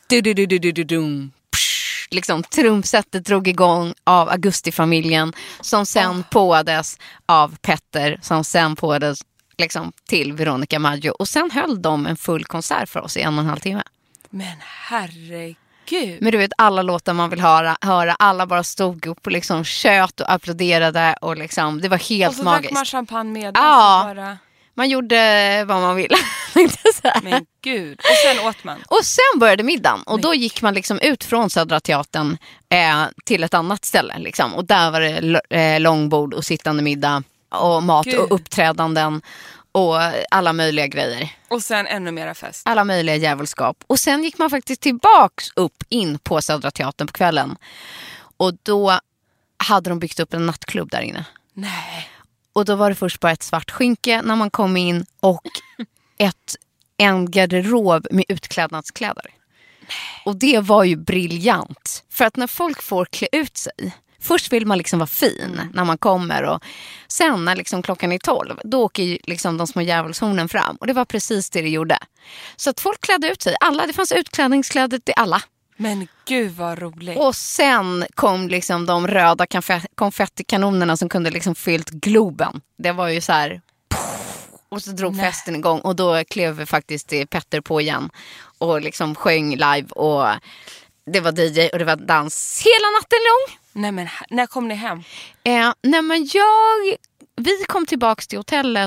Speaker 1: liksom trumpsättet drog igång av Augustifamiljen som sen påades av Petter som sen påades liksom till Veronica Maggio och sen höll de en full konsert för oss i 1,5 timme.
Speaker 2: Men herregud.
Speaker 1: Men du vet, alla låtar man vill höra alla bara stod upp och liksom tjöt och applåderade och liksom, det var helt magiskt. Och så drack
Speaker 2: man champagne med.
Speaker 1: Ja. Man gjorde vad man ville.
Speaker 2: Men gud. Och sen åt man.
Speaker 1: Och sen började middagen. Och då gick man liksom ut från Södra Teatern till ett annat ställe. Liksom. Och där var det långbord och sittande middag. Och mat och uppträdanden. och alla möjliga grejer.
Speaker 2: Och sen ännu mera fest.
Speaker 1: Alla möjliga djävulskap. Och sen gick man faktiskt tillbaks upp in på Södra Teatern på kvällen. Och då hade de byggt upp en nattklubb där inne.
Speaker 2: Nej.
Speaker 1: Och då var det först bara ett svart skynke när man kom in och en garderob med utklädnadskläder. Och det var ju briljant. För att när folk får klä ut sig, först vill man liksom vara fin när man kommer, och sen när liksom klockan är 12, då åker ju liksom de små djävulshornen fram. Och det var precis det gjorde. Så att folk klädde ut sig. Alla, det fanns utklädningskläder till alla.
Speaker 2: Men gud vad roligt.
Speaker 1: Och sen kom liksom de röda konfettikanonerna som kunde liksom fyllt Globen. Det var ju så här. Och så drog festen igång. Och då klev faktiskt Petter på igen. Och liksom sjöng live. Och det var DJ och det var dans hela natten lång.
Speaker 2: Nej, men när kom ni hem?
Speaker 1: Nej, men vi kom tillbaka till hotellet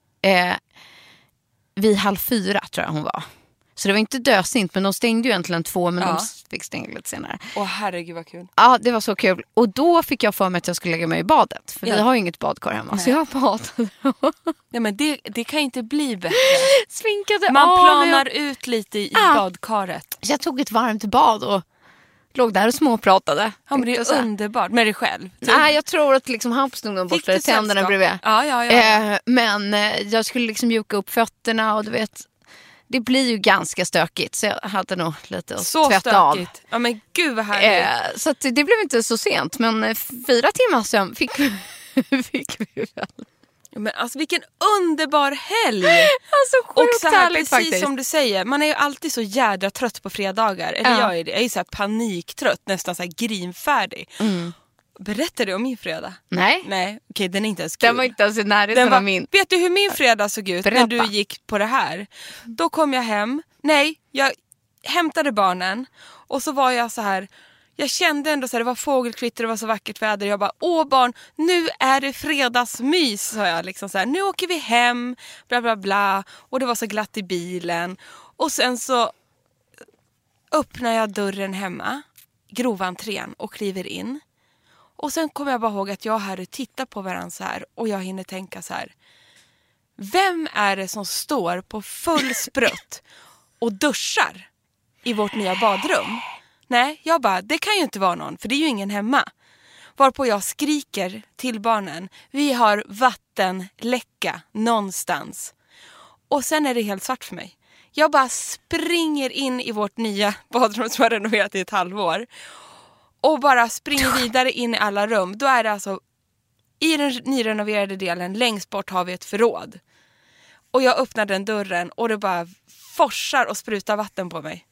Speaker 1: vid 3:30 tror jag hon var. Så det var inte dösint, men de stängde ju egentligen 2, men de fick stänga lite senare.
Speaker 2: Åh herregud vad kul.
Speaker 1: Ja, det var så kul. Och då fick jag för mig att jag skulle lägga mig i badet. För vi har ju inget badkar hemma. Nej. Så jag badade.
Speaker 2: Nej, men det kan inte bli bättre.
Speaker 1: Svinkade
Speaker 2: man planar ut lite i badkaret.
Speaker 1: Så jag tog ett varmt bad och låg där och småpratade.
Speaker 2: Ja, men det är underbart. Med dig själv? Typ.
Speaker 1: Nej, jag tror att liksom han stod och borstade tänderna bredvid.
Speaker 2: Ja.
Speaker 1: Men jag skulle liksom mjuka upp fötterna och du vet, det blir ju ganska stökigt. Så jag hade nog lite att
Speaker 2: så
Speaker 1: tvätta
Speaker 2: stökigt.
Speaker 1: av.
Speaker 2: Ja, men gud vad härligt.
Speaker 1: Så att det blev inte så sent. Men 4 timmar sen fick vi väl.
Speaker 2: Ja, men alltså vilken underbar helg.
Speaker 1: Alltså
Speaker 2: och så här,
Speaker 1: härligt,
Speaker 2: precis
Speaker 1: faktiskt.
Speaker 2: Som du säger, man är ju alltid så jädra trött på fredagar. Eller jag är det. Jag är så här paniktrött, nästan så här grinfärdig. Berättade du om min fredag? Nej, okej, den är inte ens kul.
Speaker 1: Den var inte ens i närheten av min.
Speaker 2: Vet du hur min fredag såg ut när du gick på det här? Då kom jag hem. Nej, jag hämtade barnen. Och så var jag så här. Jag kände ändå så här, det var fågelkvitter, det var så vackert väder. Jag bara, åh barn, nu är det fredagsmys, sa jag liksom så här. Nu åker vi hem, bla bla bla. Och det var så glatt i bilen. Och sen så öppnar jag dörren hemma, grovantrén, och kliver in. Och sen kommer jag bara ihåg att jag här tittar på varandra så här. Och jag hinner tänka så här. Vem är det som står på full sprutt och duschar i vårt nya badrum? Nej, jag bara, det kan ju inte vara någon, för det är ju ingen hemma. Varpå jag skriker till barnen, vi har vattenläcka någonstans. Och sen är det helt svart för mig. Jag bara springer in i vårt nya badrum som har renoverat i ett halvår. Och bara springer vidare in i alla rum. Då är det alltså, i den nyrenoverade delen, längst bort har vi ett förråd. Och jag öppnar den dörren och det bara forsar och sprutar vatten på mig.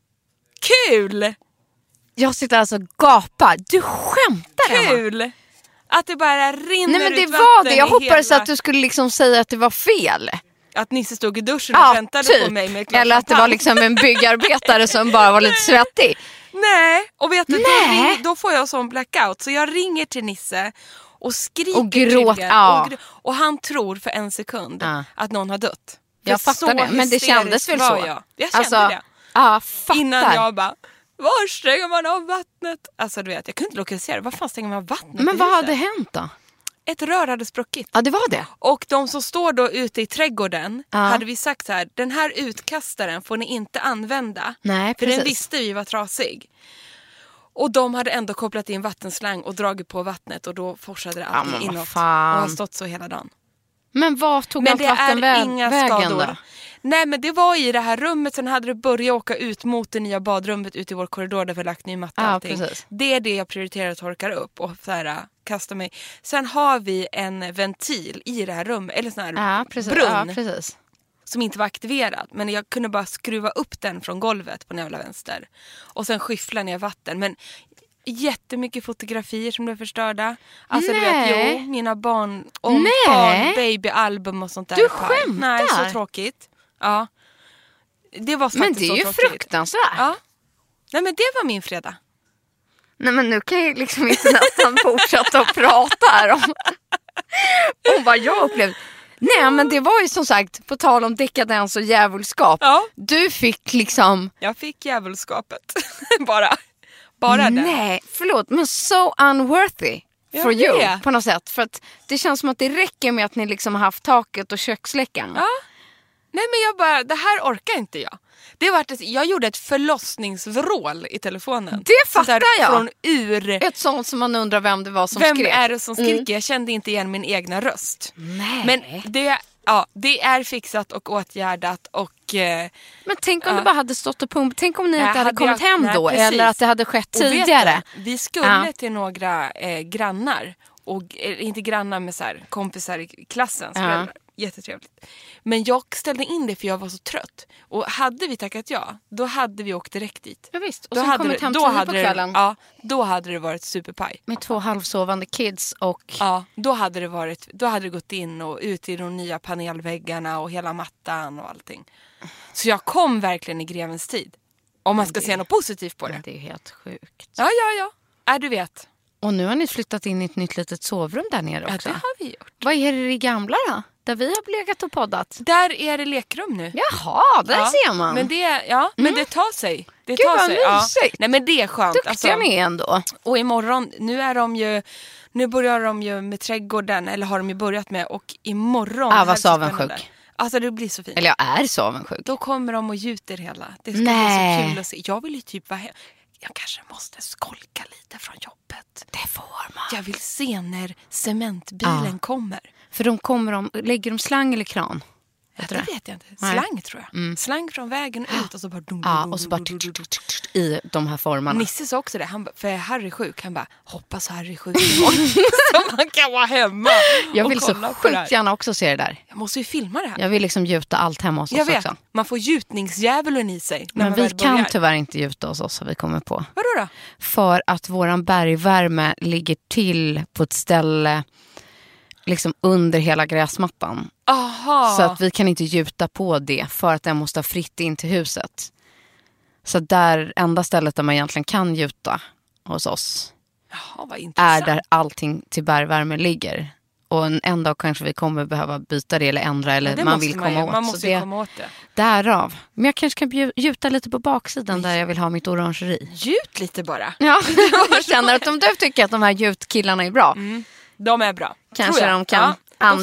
Speaker 2: Kul!
Speaker 1: Jag sitter alltså och gapar. Du skämtar,
Speaker 2: kul! Emma. Att det bara rinner.
Speaker 1: Nej, men det
Speaker 2: ut
Speaker 1: var det. Jag hoppades
Speaker 2: hela...
Speaker 1: att du skulle liksom säga att det var fel.
Speaker 2: Att Nisse stod i duschen och väntade
Speaker 1: typ.
Speaker 2: på mig med ett
Speaker 1: eller att det var liksom en byggarbetare som bara var lite svettig.
Speaker 2: Nej, och vet du, då får jag sån blackout. Så jag ringer till Nisse och skriker
Speaker 1: och gråter.
Speaker 2: Och han tror för en sekund att någon har dött.
Speaker 1: Jag fattar det, men det kändes väl så.
Speaker 2: Jag kände det.
Speaker 1: Ja, fattar.
Speaker 2: Innan jag bara, var stänger man av vattnet? Alltså du vet, jag kunde inte lokalisera. Var fan stänger man av vattnet?
Speaker 1: Men vad hade hänt då?
Speaker 2: Ett rör hade spruckit.
Speaker 1: Ja, det var det.
Speaker 2: Och de som står då ute i trädgården hade vi sagt så här, den här utkastaren får ni inte använda.
Speaker 1: Nej,
Speaker 2: för den visste vi var trasig. Och de hade ändå kopplat in vattenslang och dragit på vattnet och då forsade det allting inåt. Och har stått så hela dagen.
Speaker 1: Men vad tog allt vatten vägen då?
Speaker 2: Nej, men det var i det här rummet. Sen hade det börjat åka ut mot det nya badrummet ut i vår korridor där vi lagt ny matta och allting.
Speaker 1: Precis.
Speaker 2: Det är det jag prioriterar att torka upp och så här, kasta mig. Sen har vi en ventil i det här rummet. Eller sån här brunn. Som inte var aktiverad. Men jag kunde bara skruva upp den från golvet på nävla vänster. Och sen skyffla ner vatten. Men jättemycket fotografier som blev förstörda. Alltså du vet, mina barn babyalbum och sånt där.
Speaker 1: Du skämtar?
Speaker 2: Nej, så tråkigt. Ja. Det var
Speaker 1: men det är ju fruktansvärt.
Speaker 2: Ja. Nej, men det var min fredag.
Speaker 1: Nej, men nu kan jag liksom inte nästan fortsätta att prata här om vad jag upplevde. Nej, men det var ju som sagt, på tal om dekadens och djävulskap. Ja. Du fick liksom...
Speaker 2: Jag fick djävulskapet. bara det.
Speaker 1: Nej, förlåt, men so unworthy. for you på något sätt. För att det känns som att det räcker med att ni liksom har haft taket och köksläckan.
Speaker 2: Ja. Nej men jag bara, det här orkar inte jag. Jag gjorde ett förlossningsvrål i telefonen.
Speaker 1: Det fattar jag.
Speaker 2: Från
Speaker 1: ett sånt som man undrar vem det var som
Speaker 2: skrek.
Speaker 1: Vem
Speaker 2: är det som skriker? Jag kände inte igen min egna röst.
Speaker 1: Nej.
Speaker 2: Men det är fixat och åtgärdat och...
Speaker 1: Men tänk om det bara hade stått och pump. Tänk om ni inte hade kommit hem då. Precis. Eller att det hade skett tidigare.
Speaker 2: Vi skulle till några grannar. Och inte grannar med så här, kompisar i klassen. Jättetrevligt. Men jag ställde in det för jag var så trött. Och hade vi tackat ja, då hade vi åkt direkt dit.
Speaker 1: Ja visst. Och sen kommit hem på kvällen.
Speaker 2: Ja, då hade det varit superpaj.
Speaker 1: Med 2 halvsovande kids och...
Speaker 2: Ja, då hade det gått in och ut i de nya panelväggarna och hela mattan och allting. Så jag kom verkligen i grevens tid. Om man ska se något positivt på det.
Speaker 1: Det är helt sjukt.
Speaker 2: Ja. Du vet.
Speaker 1: Och nu har ni flyttat in i ett nytt litet sovrum där nere också.
Speaker 2: Ja, det har vi gjort.
Speaker 1: Vad är det i gamla då? Där vi har legat och poddat.
Speaker 2: Där är det lekrum nu.
Speaker 1: Jaha, där ser man.
Speaker 2: Men det tar sig.
Speaker 1: Gud vad mysigt.
Speaker 2: Nej men det är skönt.
Speaker 1: Duktiga ni ändå.
Speaker 2: Och imorgon, nu börjar de ju med trädgården. Eller har de ju börjat med. Och imorgon.
Speaker 1: Vad avundsjuk.
Speaker 2: Alltså det blir så fint.
Speaker 1: Eller jag är så avundsjuk.
Speaker 2: Då kommer de och gjuter hela. Det ska bli så kul att se. Jag vill ju typ vara hem. Jag kanske måste skolka lite från jobbet.
Speaker 1: Det får man.
Speaker 2: Jag vill se cementbilen kommer.
Speaker 1: För lägger de slang eller kran?
Speaker 2: Det vet jag inte. Slang tror jag. Slang från vägen ut och så bara...
Speaker 1: och så bara i de här formarna.
Speaker 2: Nisse sa också det. För Harry är sjuk. Han bara, hoppas Harry är sjuk imorgon. Så man kan vara hemma.
Speaker 1: Jag vill så sjukt gärna också se det där.
Speaker 2: Jag måste ju filma det här.
Speaker 1: Jag vill liksom gjuta allt hemma hos oss också. Jag vet.
Speaker 2: Man får gjutningsdjävulen i sig.
Speaker 1: Men vi kan tyvärr inte gjuta hos oss, har vi kommer på.
Speaker 2: Vadå då?
Speaker 1: För att våran bergvärme ligger till på ett ställe... liksom under hela gräsmattan.
Speaker 2: Aha.
Speaker 1: Så att vi kan inte gjuta på det för att den måste ha fritt in till huset. Så där enda stället där man egentligen kan gjuta hos oss
Speaker 2: vad intressant.
Speaker 1: är där allting till bergvärme ligger. Och en dag kanske vi kommer behöva byta det eller ändra eller man vill komma åt.
Speaker 2: Man måste ju komma åt det.
Speaker 1: Därav. Men jag kanske kan gjuta lite på baksidan där jag vill ha mitt orangeri.
Speaker 2: Gjut lite bara.
Speaker 1: Ja, jag känner att om du tycker att de här gjutkillarna är bra.
Speaker 2: De är bra.
Speaker 1: Kanske de kan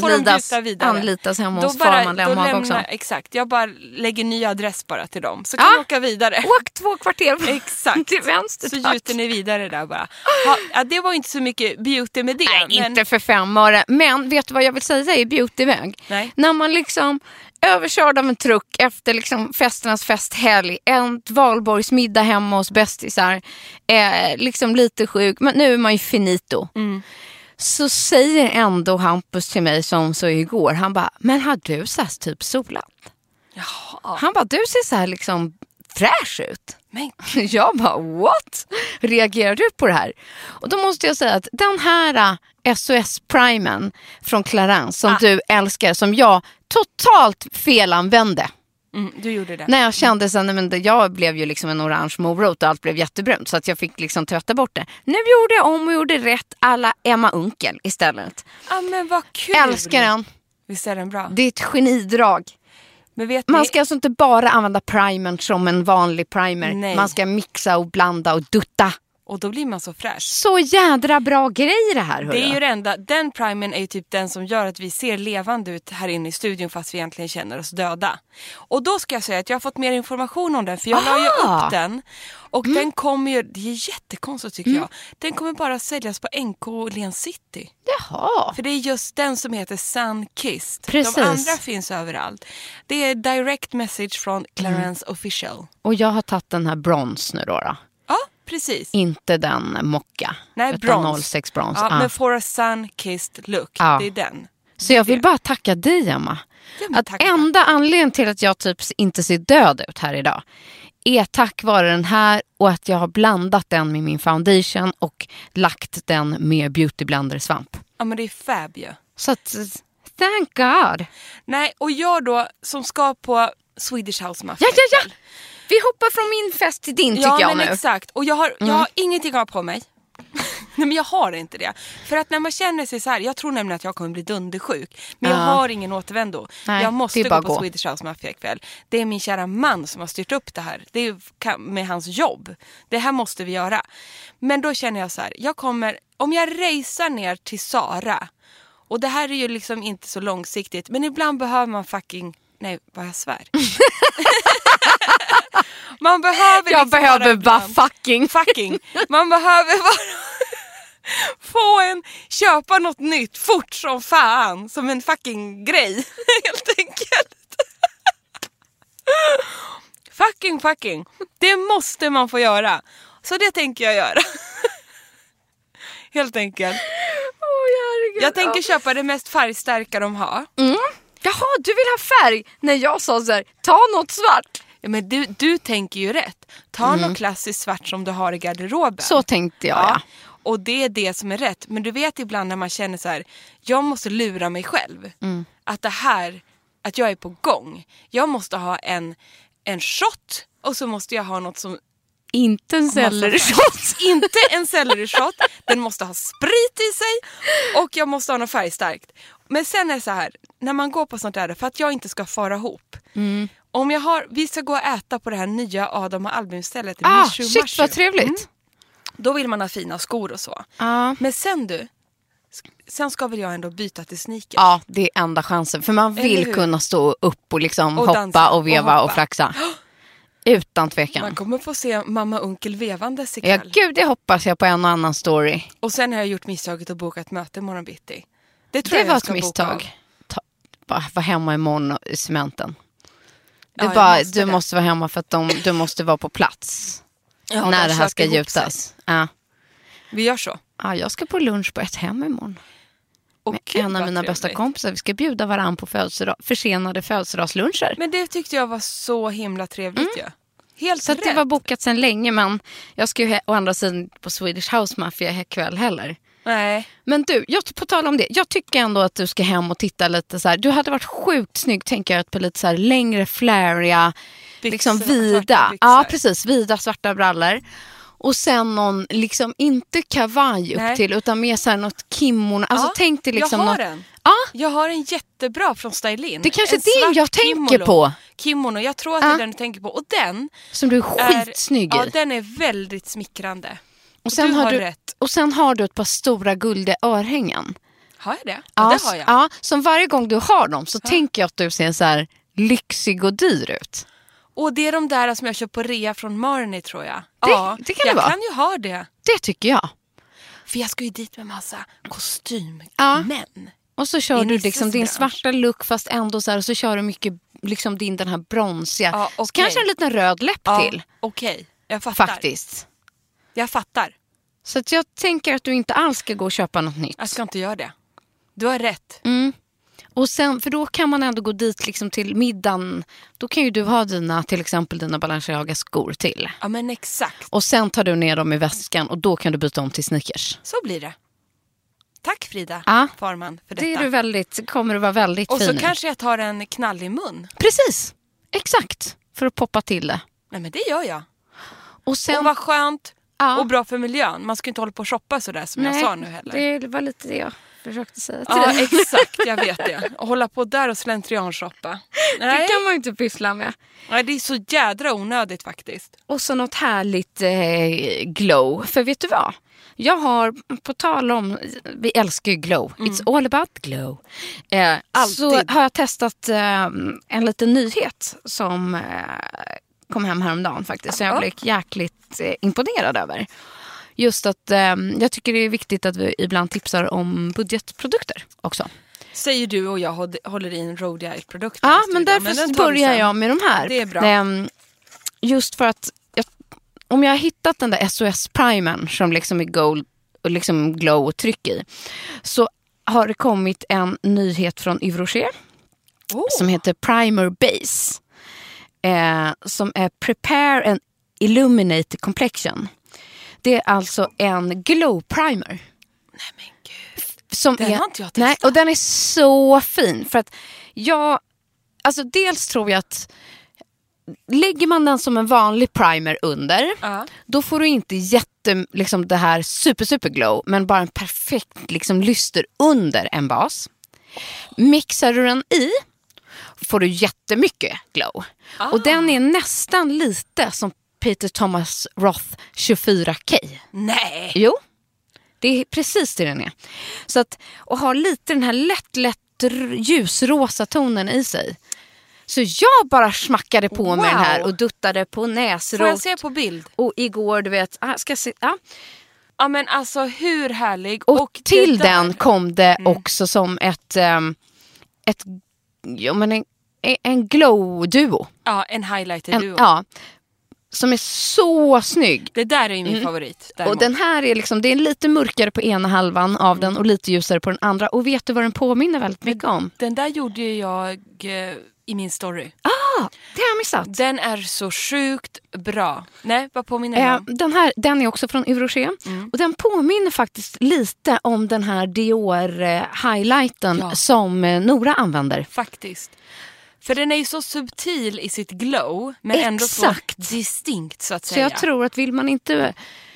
Speaker 1: anlitas hemma hos Farman Lemhag också.
Speaker 2: Exakt, jag bara lägger ny adress bara till dem. Så kan vi åka vidare.
Speaker 1: Åk 2 kvarter
Speaker 2: exakt.
Speaker 1: till vänster.
Speaker 2: Så gjuter ni vidare där bara. Det var inte så mycket beauty med det.
Speaker 1: Nej, inte för 5 öre. Men vet du vad jag vill säga i beautyväg?
Speaker 2: Nej.
Speaker 1: När man liksom överkörd av en truck efter liksom festernas festhelg, en valborgsmiddag hemma hos bästisar, liksom lite sjuk, men nu är man ju finito. Så säger ändå Hampus till mig som så igår, han bara, men har du så här typ solat?
Speaker 2: Jaha.
Speaker 1: Han bara, du ser så här liksom fräsch ut.
Speaker 2: Men
Speaker 1: jag bara, what? Reagerar du på det här? Och då måste jag säga att den här SOS-primen från Clarins som du älskar, som jag totalt felanvände.
Speaker 2: Du gjorde det.
Speaker 1: När jag kände sen, men jag blev ju liksom en orange morot och allt blev jättebrunt, så att jag fick liksom tvätta bort det. Nu gjorde jag om och gjorde rätt alla Emma Unkel istället.
Speaker 2: Ja, men vad kul.
Speaker 1: Älskar den.
Speaker 2: Visst är den bra?
Speaker 1: Det är ett genidrag.
Speaker 2: Men
Speaker 1: man ska alltså inte bara använda primern som en vanlig primer.
Speaker 2: Nej.
Speaker 1: Man ska mixa och blanda och dutta.
Speaker 2: Och då blir man så fräsch.
Speaker 1: Så jädra bra grej det här.
Speaker 2: Det är ju det enda. Den primern är ju typ den som gör att vi ser levande ut här inne i studion fast vi egentligen känner oss döda. Och då ska jag säga att jag har fått mer information om den. För jag la ju upp den. Och den kommer ju, det är jättekonstigt tycker jag. Den kommer bara säljas på NK och Len City.
Speaker 1: Jaha.
Speaker 2: För det är just den som heter Sunkissed.
Speaker 1: Precis.
Speaker 2: De andra finns överallt. Det är direct message från Clarins Official.
Speaker 1: Och jag har tagit den här brons nu då.
Speaker 2: Ja, precis.
Speaker 1: Inte den mocka.
Speaker 2: Nej,
Speaker 1: brons. 06 brons.
Speaker 2: Ja, men for a sun-kissed look. Det är den.
Speaker 1: Så jag vill bara tacka dig, Emma. Att enda anledningen till att jag typ inte ser död ut här idag är tack vare den här, och att jag har blandat den med min foundation och lagt den med beautyblander svamp.
Speaker 2: Ja, men det är fab ju.
Speaker 1: Så att, thank God.
Speaker 2: Nej, och jag då som ska på Swedish House Mafia.
Speaker 1: Ja. Vi hoppar från min fest till din tycker jag nu.
Speaker 2: Ja, men exakt. Och jag har ingenting att ha på mig. Nej, men jag har inte det. För att när man känner sig så här, jag tror nämligen att jag kommer bli dundersjuk. Men jag har ingen återvändo.
Speaker 1: Nej,
Speaker 2: jag måste gå på
Speaker 1: gå.
Speaker 2: Swedish House Mafia ikväll. Det är min kära man som har styrt upp det här. Det är med hans jobb. Det här måste vi göra. Men då känner jag så här, om jag reser ner till Sara. Och det här är ju liksom inte så långsiktigt. Men ibland behöver man nej, vad jag svär. Man behöver
Speaker 1: jag behöver bara fucking.
Speaker 2: Man behöver bara köpa något nytt fort som fan. Som en fucking grej. Helt enkelt. Fucking. Det måste man få göra. Så det tänker jag göra. Helt enkelt. Jag tänker köpa det mest färgstarka de har.
Speaker 1: Jaha, du vill ha färg. När jag sa så här, ta något svart.
Speaker 2: Ja, men du tänker ju rätt. Ta något klassiskt svart som du har i garderoben.
Speaker 1: Så tänkte jag, ja.
Speaker 2: Och det är det som är rätt. Men du vet ibland när man känner så här, jag måste lura mig själv. Att det här, att jag är på gång. Jag måste ha en shot och så måste jag ha något som...
Speaker 1: Inte en sellerishot.
Speaker 2: Inte en sellerishot. Den måste ha sprit i sig. Och jag måste ha något färgstarkt. Men sen är det så här, när man går på sånt där, för att jag inte ska fara ihop. Om vi ska gå och äta på det här nya Adam och Albin-stället.
Speaker 1: Shit, vad trevligt.
Speaker 2: Då vill man ha fina skor och så. Men sen ska väl jag ändå byta till sneakers.
Speaker 1: Ja, det är enda chansen. För man vill kunna stå upp och liksom och hoppa dansa, och veva och flaxa. Utan tvekan.
Speaker 2: Man kommer få se mamma och onkel vevandes ikväll.
Speaker 1: Ja, gud, det hoppas jag på en och annan story.
Speaker 2: Och sen har jag gjort misstaget att boka ett möte imorgon bitti.
Speaker 1: Det var ett misstag. Bara vara hemma imorgon i cementen. Du måste vara hemma för att du måste vara på plats. När det här ska gjutas. Ja.
Speaker 2: Vi gör så.
Speaker 1: Ja, jag ska på lunch på ett hem imorgon. Och en av mina bästa kompisar. Vi ska bjuda varann på försenade födelsedagsluncher.
Speaker 2: Men det tyckte jag var så himla trevligt. Ja. Helt
Speaker 1: så
Speaker 2: rätt.
Speaker 1: Det var bokat sedan länge. Men jag ska ju å andra sidan på Swedish House Mafia kväll heller.
Speaker 2: Nej.
Speaker 1: Men du, på tal om det. Jag tycker ändå att du ska hem och titta lite så här. Du hade varit sjukt snygg, tänker jag, på lite så här längre, fläriga, liksom vida. Ja, precis. Vida svarta brallor. Och sen någon, liksom inte kavaj upp till, utan mer så här något kimono. Alltså tänk dig liksom
Speaker 2: jag har en. Jag har en jättebra från Stylin.
Speaker 1: Det kanske är det jag tänker på.
Speaker 2: Kimono, jag tror att det är den du tänker på. Och den
Speaker 1: som du är skitsnygg i.
Speaker 2: Ja, den är väldigt smickrande.
Speaker 1: Och sen har du ett par stora guldiga örhängen.
Speaker 2: Har jag det? Ja, det har jag.
Speaker 1: Ja, som varje gång du har dem så tänker jag att du ser så här lyxig och dyr ut.
Speaker 2: Och det är de där som jag köper på rea från Marni, tror jag.
Speaker 1: Det kan det vara.
Speaker 2: Jag kan ju ha det.
Speaker 1: Det tycker jag.
Speaker 2: För jag ska ju dit med massa kostym. Men.
Speaker 1: Och så kör du liksom din svarta look fast ändå så här. Och så kör du mycket liksom den här bronsiga. Så kanske en liten röd läpp till.
Speaker 2: Okej, jag fattar.
Speaker 1: Faktiskt.
Speaker 2: Jag fattar.
Speaker 1: Så att jag tänker att du inte alls ska gå och köpa något nytt.
Speaker 2: Jag ska inte göra det. Du har rätt.
Speaker 1: Och sen, för då kan man ändå gå dit liksom till middagen. Då kan ju du ha till exempel dina Balenciaga-skor till.
Speaker 2: Ja, men exakt.
Speaker 1: Och sen tar du ner dem i väskan och då kan du byta om till sneakers.
Speaker 2: Så blir det. Tack Frida Farman för detta.
Speaker 1: Kommer du vara väldigt fin.
Speaker 2: Och så kanske jag tar en knallig mun.
Speaker 1: Precis, exakt. För att poppa till det.
Speaker 2: Nej, men det gör jag.
Speaker 1: Och
Speaker 2: vad skönt och bra för miljön. Man ska inte hålla på och shoppa sådär som jag sa nu heller.
Speaker 1: Det var lite det jag försökte säga till
Speaker 2: dig. Ja, exakt, jag vet det. Och hålla på där och slentrianshoppa.
Speaker 1: Det kan man ju inte pyssla med.
Speaker 2: Nej, det är så jädra onödigt faktiskt.
Speaker 1: Och så något härligt glow. För vet du vad? Jag har, på tal om, vi älskar ju glow. It's all about glow. Så har jag testat en liten nyhet som kom hem häromdagen faktiskt. Så jag blev jäkligt imponerad över. Just att jag tycker det är viktigt att vi ibland tipsar om budgetprodukter också.
Speaker 2: Säger du och jag håller i en Rhodiite-produkt.
Speaker 1: Ja, men därför börjar jag med de här.
Speaker 2: Det är bra.
Speaker 1: Just för att om jag har hittat den där SOS-primern som liksom är gold och liksom glow och tryck i, så har det kommit en nyhet från Yves Rocher som heter Primer Base. Som är Prepare and Illuminate Complexion. Det är alltså en glow primer.
Speaker 2: Nej men gud.
Speaker 1: Den
Speaker 2: har inte jag testat.
Speaker 1: Nej, och den är så fin. För att dels tror jag att lägger man den som en vanlig primer under, då får du inte inte liksom det här super glow, men bara en perfekt liksom lyster under en bas. Mixar du den i får du jättemycket glow. Och den är nästan lite som Peter Thomas Roth 24K.
Speaker 2: Nej!
Speaker 1: Jo, det är precis det den är. Så att, och ha lite den här lätt ljusrosa tonen i sig. Så jag bara smackade på med den här och duttade på näsrot.
Speaker 2: Får jag se på bild?
Speaker 1: Och igår, du vet, ska jag se,
Speaker 2: Ja, men alltså hur härlig.
Speaker 1: Och till den kom det också som en glow-duo.
Speaker 2: Ja, en highlighter-duo.
Speaker 1: Ja, som är så snygg.
Speaker 2: Det där är ju min favorit. Däremot.
Speaker 1: Och den här är liksom, det är lite mörkare på ena halvan av den och lite ljusare på den andra. Och vet du vad den påminner väldigt mycket om?
Speaker 2: Den där gjorde jag i min story.
Speaker 1: Det har jag missat.
Speaker 2: Den är så sjukt bra. Nej, vad påminner den om?
Speaker 1: Den är också från Yves Rocher. Och den påminner faktiskt lite om den här Dior highlighten som Nora använder.
Speaker 2: Faktiskt. För den är ju så subtil i sitt glow, men ändå så distinkt, så att säga.
Speaker 1: Så jag tror att vill man inte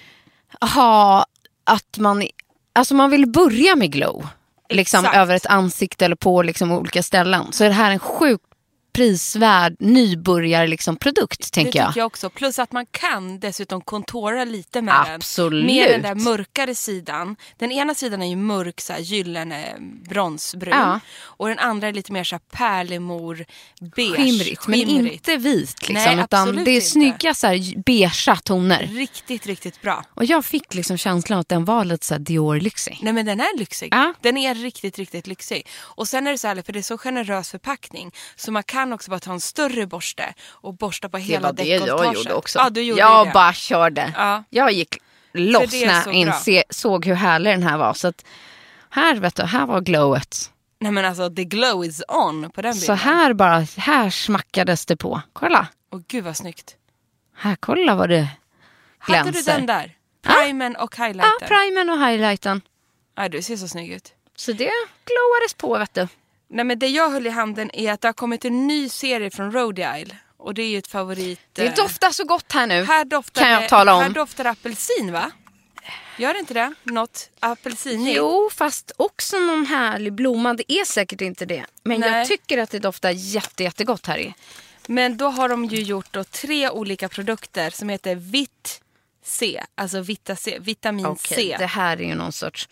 Speaker 1: ha att man vill börja med glow liksom över ett ansikte eller på liksom olika ställen, så är det här en sjukt prisvärd nybörjar liksom produkt, tänker jag.
Speaker 2: Det tycker jag också. Plus att man kan dessutom kontora lite med
Speaker 1: Absolut.
Speaker 2: den. Med den där mörkare sidan. Den ena sidan är ju mörk, så här, gyllene, bronsbrun. Ja. Och den andra är lite mer så här pärlemor, beige. Skimrigt.
Speaker 1: Men inte vit liksom. Nej, utan det är snygga så här beigea toner.
Speaker 2: Riktigt, riktigt bra.
Speaker 1: Och jag fick liksom känslan att den var lite så här Dior-lyxig.
Speaker 2: Nej, men den är lyxig. Ja. Den är riktigt, riktigt lyxig. Och sen är det så här, för det är så generös förpackning. Så man kan också bara ta en större borste och borsta på hela dekoltaget. Det var det jag gjorde också. Ja, du gjorde jag bara körde. Ja. Jag gick loss när jag såg hur härlig den här var. Så att här, vet du, här var glowet. Nej, men alltså, the glow is on på den bilden.
Speaker 1: Så här smackades det på. Kolla.
Speaker 2: Åh, gud vad snyggt.
Speaker 1: Här, kolla vad det glänser.
Speaker 2: Hade du den där? Primen och highlighten?
Speaker 1: Ja, primen och highlighten.
Speaker 2: Ja, du ser så snygg ut.
Speaker 1: Så det glowades på, vet du.
Speaker 2: Nej, men det jag höll i handen är att det har kommit en ny serie från Rhode Isle. Och det är ju ett favorit.
Speaker 1: Det doftar så gott här nu.
Speaker 2: Kan jag tala om. Här doftar apelsin, va? Gör det inte det? Något apelsinigt?
Speaker 1: Jo, fast också någon härlig blomma. Det är säkert inte det. Men jag tycker att det doftar jättegott här i.
Speaker 2: Men då har de ju gjort då 3 olika produkter som heter Vit C. Alltså vitamin C.
Speaker 1: Det här är ju någon sorts...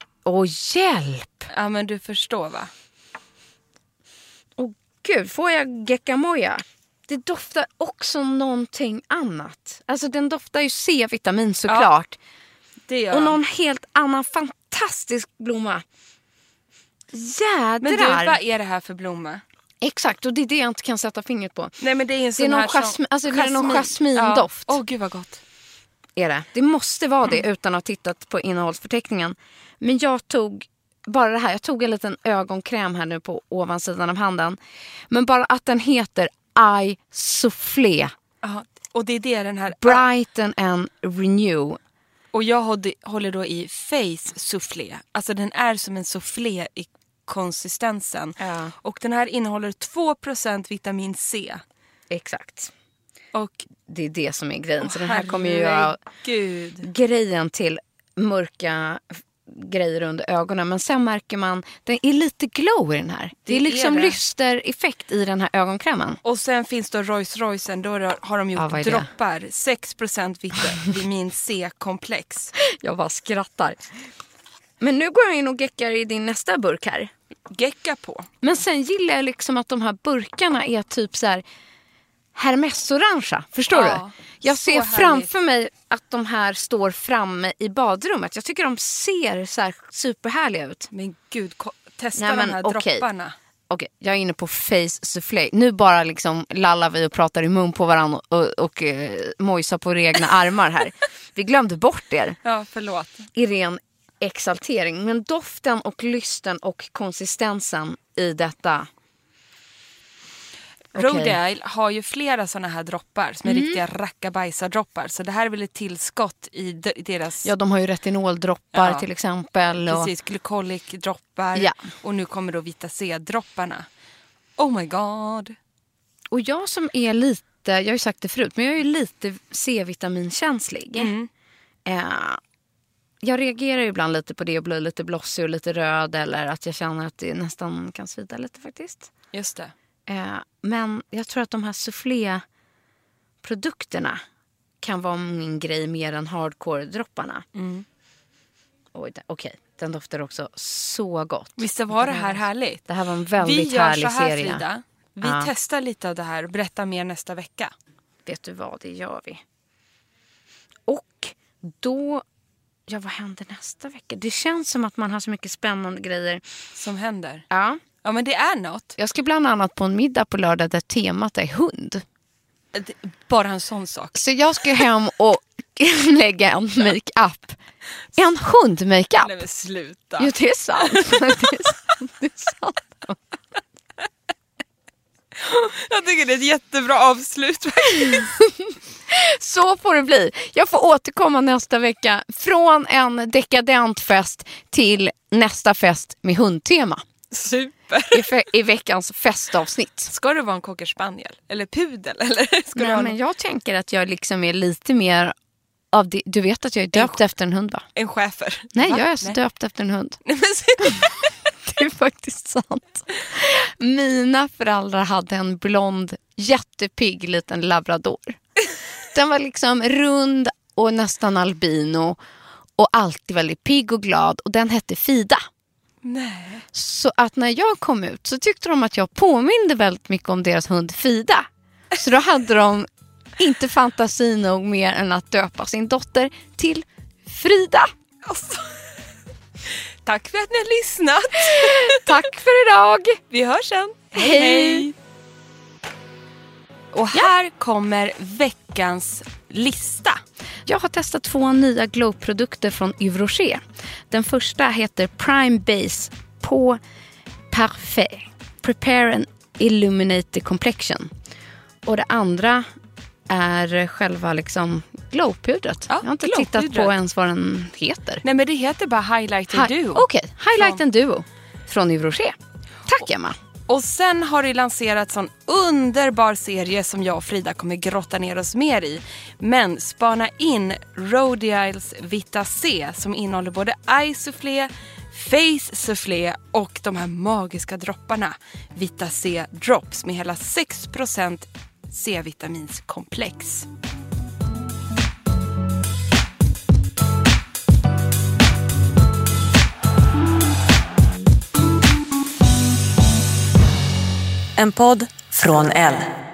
Speaker 1: hjälp!
Speaker 2: Ja, men du förstår, va?
Speaker 1: Gud, får jag geckamoja? Det doftar också någonting annat. Alltså den doftar ju C-vitamin såklart.
Speaker 2: Ja, det gör.
Speaker 1: Och någon helt annan fantastisk blomma. Jädrar!
Speaker 2: Men du, vad är det här för blomma?
Speaker 1: Exakt, och det är det jag inte kan sätta fingret på.
Speaker 2: Nej, men det är en sån
Speaker 1: någon
Speaker 2: här
Speaker 1: det är någon jasmindoft.
Speaker 2: Åh, gud vad gott.
Speaker 1: Är det? Det måste vara det utan att ha tittat på innehållsförteckningen. Men jag tog bara det här. Jag tog en liten ögonkräm här nu på ovansidan av handen. Men bara att den heter Eye Soufflé.
Speaker 2: Ja, och det är det den här...
Speaker 1: Brighten and Renew.
Speaker 2: Och jag håller då i Face Soufflé. Alltså den är som en soufflé i konsistensen. Ja. Och den här innehåller 2% vitamin C.
Speaker 1: Exakt.
Speaker 2: Och
Speaker 1: det är det som är grejen. Så den här kommer ju göra grejen till mörka grejer under ögonen. Men sen märker man, den är lite glow i den här. Det är liksom lystereffekt i den här ögonkrämen.
Speaker 2: Och sen finns då Rolls-Roycen. Då har de gjort droppar. 6% vitamin C-komplex.
Speaker 1: Jag bara skrattar. Men nu går jag in och geckar i din nästa burk här.
Speaker 2: Gecka på.
Speaker 1: Men sen gillar jag liksom att de här burkarna är typ så här Hermes-orangea. Förstår du? Jag ser framför mig att de här står framme i badrummet. Jag tycker de ser så här superhärliga ut.
Speaker 2: Men gud, testa de här dropparna.
Speaker 1: Okej, jag är inne på Face Soufflé. Nu bara liksom lallar vi och pratar i mun på varandra och mojsar på egna armar här. Vi glömde bort er.
Speaker 2: Ja, förlåt.
Speaker 1: I ren exaltering. Men doften och lysten och konsistensen i detta...
Speaker 2: Rhode Isle har ju flera såna här droppar som är riktiga rackabajsardroppar. Så det här är väl ett tillskott i deras...
Speaker 1: Ja, de har ju retinoldroppar till exempel.
Speaker 2: Precis, glycolic-droppar. Ja. Och nu kommer då vita C-dropparna. Oh my god.
Speaker 1: Och jag som är lite, jag har ju sagt det förut, men jag är ju lite C-vitaminkänslig. Jag reagerar ju ibland lite på det och blir lite blossig och lite röd. Eller att jag känner att det nästan kan svida lite faktiskt.
Speaker 2: Just det.
Speaker 1: Men jag tror att de här soufflé-produkterna kan vara min grej mer än hardcore-dropparna. Okej, den doftar också så gott.
Speaker 2: Visst var det här härligt?
Speaker 1: Det här var en väldigt härlig serie.
Speaker 2: Vi gör så här, Frida. Vi testar lite av det här och berättar mer nästa vecka.
Speaker 1: Vet du vad, det gör vi. Och då... Ja, vad händer nästa vecka? Det känns som att man har så mycket spännande grejer.
Speaker 2: Som händer?
Speaker 1: Ja.
Speaker 2: Ja, men det är något.
Speaker 1: Jag ska bland annat på en middag på lördag där temat är hund.
Speaker 2: Bara en sån sak.
Speaker 1: Så jag ska hem och lägga en make-up. En hund-make-up.
Speaker 2: Nej, men sluta.
Speaker 1: Jo, det är sant. Det är sant.
Speaker 2: Jag tycker det är ett jättebra avslut.
Speaker 1: Så får det bli. Jag får återkomma nästa vecka från en dekadent fest till nästa fest med hundtema.
Speaker 2: Super.
Speaker 1: I veckans festavsnitt.
Speaker 2: Ska det vara en cocker spaniel? Eller pudel? Eller ska
Speaker 1: Nej, men jag tänker att jag liksom är lite mer av det. Du vet att jag är döpt efter en hund, va?
Speaker 2: En schäfer?
Speaker 1: Nej, jag är så döpt efter en hund. Det är faktiskt sant. Mina föräldrar hade en blond, jättepigg liten labrador. Den var liksom rund och nästan albino och alltid väldigt pigg och glad. Och den hette Fida.
Speaker 2: Nej.
Speaker 1: Så att när jag kom ut så tyckte de att jag påminde väldigt mycket om deras hund Fida. Så då hade de inte fantasi nog mer än att döpa sin dotter till Frida.
Speaker 2: Alltså. Tack för att ni har lyssnat.
Speaker 1: Tack för idag.
Speaker 2: Vi hörs sen.
Speaker 1: Hej.
Speaker 2: Och här kommer veckans lista.
Speaker 1: Jag har testat 2 nya glow-produkter från Yves Rocher. Den första heter Prime Base på Parfait. Prepare and Illuminate the Complexion. Och det andra är själva liksom glow-pudret.
Speaker 2: Ja,
Speaker 1: jag har inte tittat på ens vad den heter.
Speaker 2: Nej, men det heter bara Highlight and Duo.
Speaker 1: Okej, Highlight and Duo från Yves Rocher. Tack, Emma.
Speaker 2: Och sen har det lanserats en underbar serie som jag och Frida kommer grotta ner oss mer i. Men spana in Rhodials Vita C som innehåller både eye soufflé, face soufflé och de här magiska dropparna. Vita C drops med hela 6% C-vitaminskomplex.
Speaker 3: En podd från Elle.